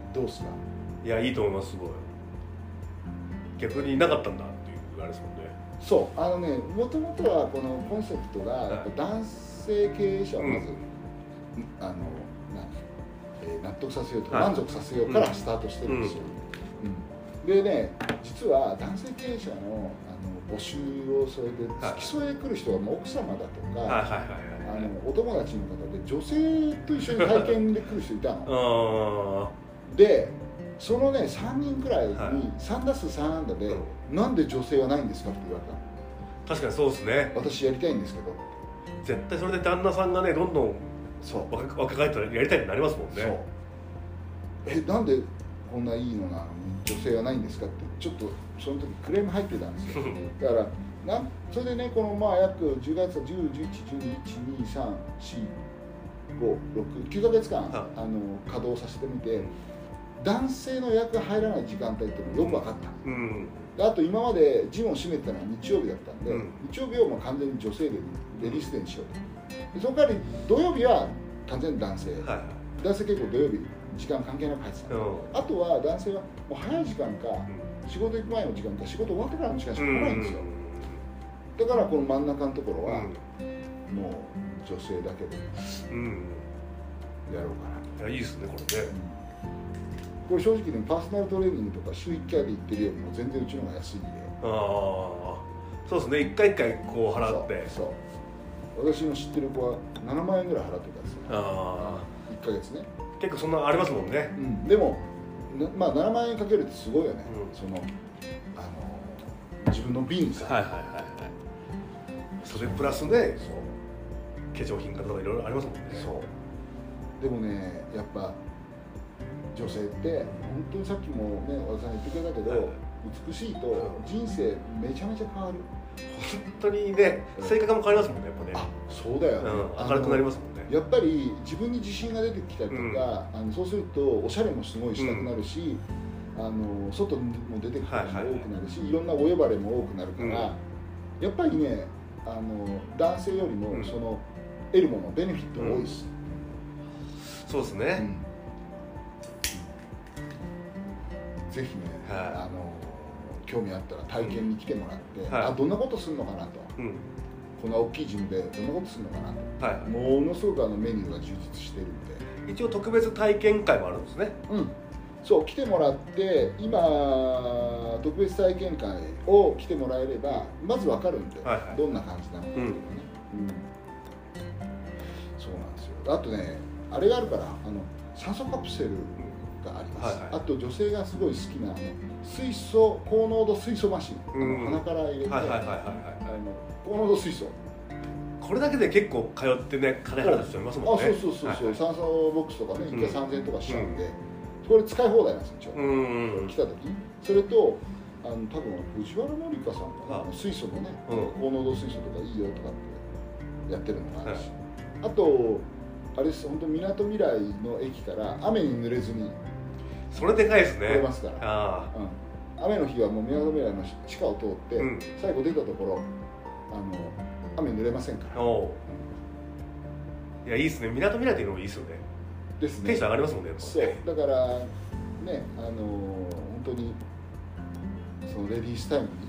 どうすか。 いやいいと思います、すごい逆にいなかったんだっていうあれですもんね。 そうあのねもともとはこのコンセプトがやっぱ男性経営者をまず、うん、あのなん、えー、納得させようとか、はい、満足させようからスタートしてるんですよ、うんうん、でね実は男性経営者の、あの募集をそれで付き添えてくる人がもう奥様だとかお友達の方で女性と一緒に体験で来る人いたのでそのねさんにんくらいにさん打数さん安打で、はい、なんで女性はないんですかって言われた。確かにそうですね。 私やりたいんですけど。 絶対それで旦那さんがねどんどんそう若返ったらやりたいってなりますもんね。そうえなんでこんないいのなのに女性はないんですかってちょっとその時クレーム入ってたんですよだからなそれでねこのまあ約じゅうがつじゅう、じゅういち、じゅうに、いち、に、さん、よん、ご、ろく、きゅうかげつかん、はい、あの稼働させてみて男性の予約が入らない時間帯っていうのがよく分かった、うん、あと今までジムを閉めてたのは日曜日だったんで、うん、日曜日をもう完全に女性でレディースデーにしようと。でその代わり土曜日は完全に男性、はい、男性結構土曜日時間関係なく入ってた、うん、あとは男性はもう早い時間か、うん、仕事行く前の時間か仕事終わってからの時間しか来ないんですよ、うん、だからこの真ん中のところは、うん、もう女性だけでやろうかな、 いやいいですねこれね、 これ正直ねパーソナルトレーニングとか週いっかいで行ってるよりも全然うちの方が安いんで。 ああそうですね、いっかいいっかいこう払って。 そうそう私の知ってる子はななまんえんぐらい払ってたんですよ。ああいっかげつね結構そんなありますもんね、 うん、でもまあななまんえんかけるってすごいよね、うん、そのあの自分の瓶さ、はいはいはいはい、 それプラスねそう化粧品とかいろいろありますもんね。 そうでもねやっぱ女性って本当にさっきもね和田さん言ってくれたけど、はい、美しいと人生めちゃめちゃ変わる。 本当にね、うん、性格も変わりますもんねやっぱね。 あそうだよね、 うん、明るくなりますもんね。 やっぱり自分に自信が出てきたりとか、うん、あのそうするとおしゃれもすごいしたくなるし、うん、あの外も出てくる人も多くなるし、はいはいはい、いろんなお呼ばれも多くなるから、うん、やっぱりねあの男性よりもその、うん、得るものベネフィットが多いです、 うん、そうですね、 うん、ぜひね、はい、あの興味あったら体験に来てもらって、うんはい、あどんなことするのかなと、うん、この大きいジムでどんなことするのかなと、はい、ものすごくあのメニューが充実してるんで一応特別体験会もあるんですね。 うんそう来てもらって今特別体験会を来てもらえればまず分かるんで、はいはい、どんな感じなのかっていうのね、うんうん、そうなんですよ。あとねあれがあるからあの酸素カプセルがあります、はいはい、あと女性がすごい好きなあの水素高濃度水素マシン、うん、あの鼻から入れて高濃度水素これだけで結構通ってね金払う人いますもんね。 あ、そうそうそうそう、はい、酸素ボックスとかねいっかいさんぜんえんとかしちゃうんで、うん、これ使い放題なんですよ一応、うん、来た時それとあの多分藤原紀香さんかな水素のね、うん、高濃度水素とかいいよとかってやってるのがあるし、はい、あとあれです、本当みなとみらいの駅から雨に濡れずにそれでかいですね。 来れますから。あ、うん、雨の日はもうみなとみらいの地下を通って、うん、最後出たところあの雨濡れませんから。お、 うん、いやいいですね。みなとみらいっていうのもいいですよね。 ですね。 テンション上がりますもんね。 そうだからね、あの本当にそのレディースタイムに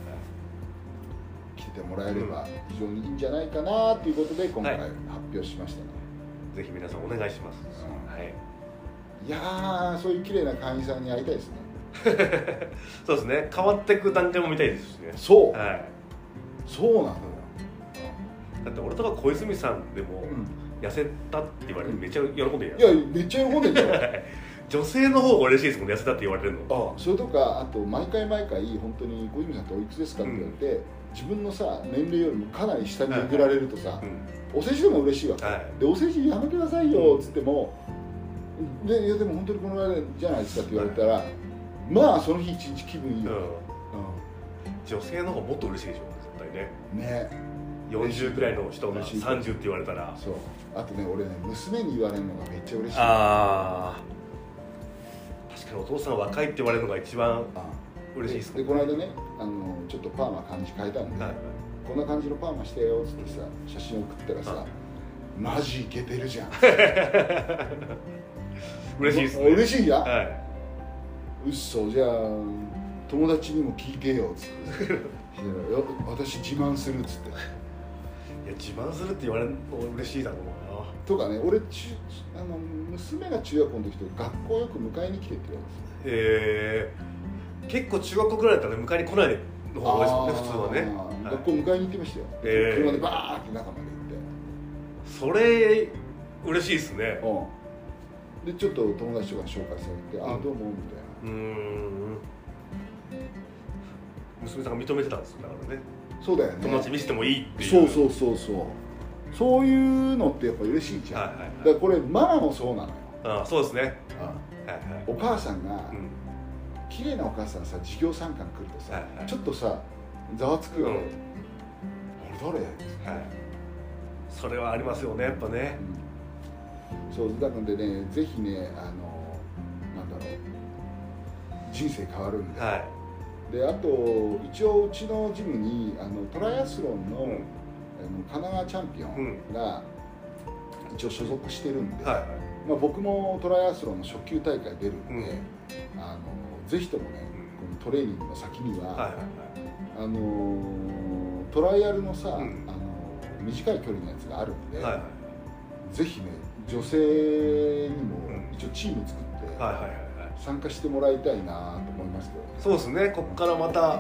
来てもらえれば非常にいいんじゃないかなということで今回発表しましたね。 はい、ぜひ皆さんお願いします。うん、はい。 いやー、そういう綺麗な会員さんに会いたいですね。 そうですね。変わっていく段階も見たいですしね。 そう、 はい、 そうなのよ。 だって俺とか小泉さんでも、うん、痩せたって言われてめっちゃ喜んでるやん。 いやめっちゃ喜んでるじゃん。 女性の方が嬉しいですもんね、痩せたって言われるの。 ああ、それとかあと毎回毎回本当に小泉さんっておいくつですかって言われて、うん、自分のさ年齢よりもかなり下にえぐられるとさ、はいはい、うん、お世辞でも嬉しいわけ、はい、でお世辞やめてくださいよっつっても、うん、でいやでも本当にこのぐらいじゃないですかって言われたら、はい、まあその日一日気分いいよ、うんうん、 女性の方がもっと嬉しいでしょ絶対ね。 ね、 よんじゅうくらいの人がさんじゅうって言われたら。 そう、あとね俺ね娘に言われるのがめっちゃ嬉しい。 ああ、確かにお父さん若いって言われるのが一番嬉しいですね。 でこの間ねあのちょっとパーマ感じ変えたんで、はい、こんな感じのパーマしてよっつってさ写真送ったらさ、はい、マジイケてるじゃん。 嬉しいですね。 嬉しいや、はい、うっそ、じゃあ友達にも聞いてよっつって私自慢するっつって。 いや自慢するって言われるの嬉しいだろうな。 とかね、俺中あの娘が中学校の時と学校よく迎えに来てって言われるんですよ。 へえー、結構中学校ぐらいだったら、ね、迎えに来ないの方が多いですもんね普通はね。 学校迎えに行ってましたよ、えー、車でバーって中まで行って。 それ嬉しいですね。 うん、でちょっと友達とかに紹介されて、うん、ああどうもみたいな。うーん、 娘さんが認めてたんですよだからね。 そうだよね、 友達見せてもいいっていう。 そうそうそうそう、そういうのってやっぱ嬉しいじゃん、はいはいはい、だからこれママもそうなのよ。 ああそうですね、 ああ、はいはい、お母さんが、うん、綺麗なお母さんさ授業参観来るとさ、はいはい、ちょっとさざわつくよね、うん、俺誰、はい、 それはありますよねやっぱね、 うん、そうなのでねぜひねあのなんだろう人生変わるんで、はい、であと一応うちのジムにあのトライアスロンの、うん、神奈川チャンピオンが一応所属してるんで、はいはい、まあ、僕もトライアスロンの初級大会出るんで、うん、あのぜひともね、うん、このトレーニングの先には、はいはいはい、あのトライアルのさ、うん、あの短い距離のやつがあるんで、はいはい、ぜひね女性にも一応チーム作って、はいはいはい、参加してもらいたいなと思いますけど、ね、 そうですね、ここからまた、うん、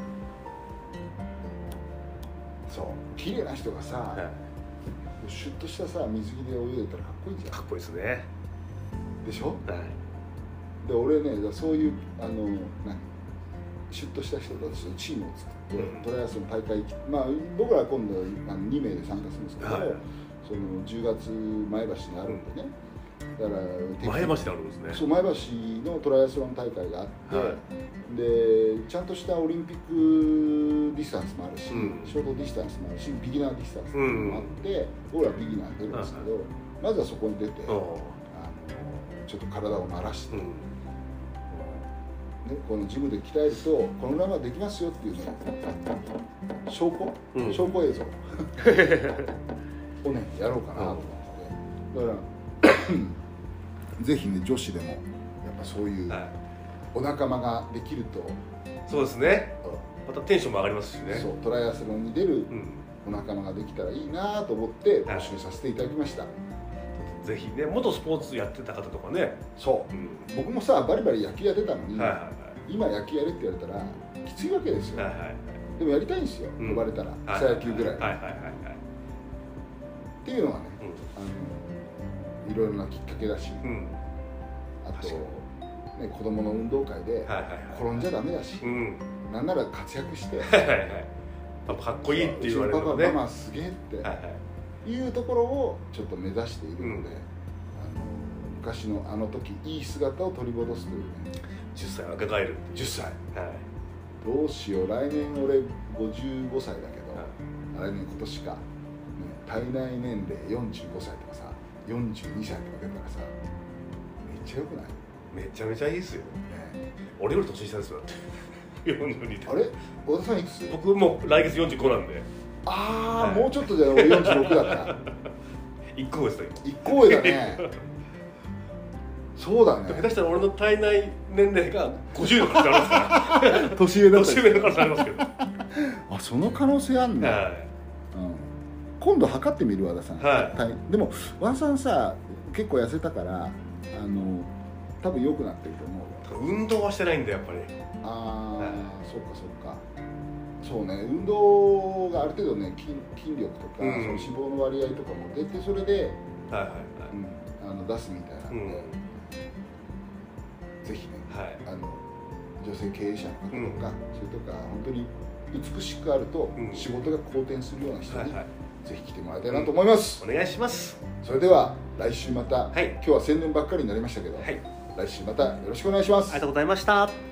そう綺麗な人がさ、はい、シュッとしたさ水着で泳いでたらかっこいいじゃん。 かっこいいですね。 でしょ、はい、で俺ねそういうあの何シュッとした人たちのチームを作って、うん、トライアスロン大会、まあ、僕ら今度あのに名で参加するんですけど、はい、そのじゅうがつ前橋にあるんでね、だから前橋であるんですね。 そう前橋のトライアスロン大会があって、はい、でちゃんとしたオリンピックディスタンスもあるし、うん、ショートディスタンスもあるしビギナーディスタンスもあって、うん、僕らビギナー出るんですけど、うん、まずはそこに出て、あのちょっと体を慣らして、うんね、このジムで鍛えるとこのぐらいまでできますよっていうね証拠、うん、証拠映像をねやろうかなと思って、だからぜひね女子でもやっぱそういうお仲間ができると、 そうですね、またテンションも上がりますしね。 そうトライアスロンに出るお仲間ができたらいいなと思って募集させていただきました、はい、 ぜひね元スポーツやってた方とかね。 そう、うん、僕もさバリバリ野球やってたのに、はいはいはい、今野球やれって言われたらきついわけですよ、はいはいはい、でもやりたいんですよ、うん、呼ばれたら草野球ぐらい、はいはいはいはい、っていうのがね、うん、あのいろいろなきっかけだし、うん、あと、ね、子供の運動会で転んじゃダメだし、うん、なんなら活躍してパパかっこいいって言われるのね、 パパママすげえって、はいはい、いうところをちょっと目指しているので、うん、あの昔のあの時いい姿を取り戻すというね。 じゅっさい若返るじゅっさい、はい、どうしよう、来年俺ごじゅうごさいだけど、はい、来年今年か、ね、体内年齢よんじゅうごさいとかさよんじゅうにさいとか出たらさめっちゃよくない？ めちゃめちゃいいっすよ、ね、俺より年下ですよだってよんじゅうにって。 あれ小田さんいくつ？ 僕もう来月よんじゅうごなんで。 ああ、はい、もうちょっとじゃ俺よんじゅうろくだった一個上ですよ一個上だねそうだね。 下手したら俺の体内年齢がごじゅうとかってありますから年上だった年上の可能性ありますけどあ、その可能性あんね、はい、うん、今度測ってみる和田さん、はい、でも和田さんさ結構痩せたからあの多分良くなってると思うよ。運動はしてないんだやっぱり。 ああ、はい、そうかそうか。そうね、運動がある程度ね 筋, 筋力とか、うん、その脂肪の割合とかも出てそれで、はいはいはい、うん、あの出すみたいなんで、うん、ぜひね、はい、あの女性経営者の方とか、うん、それとか本当に美しくあると仕事が好転するような人に、うんはいはい、ぜひ来てもらいたいなと思います、 うん、お願いします。 それでは来週また、はい、今日は宣伝ばっかりになりましたけど、はい、来週またよろしくお願いします。 ありがとうございました。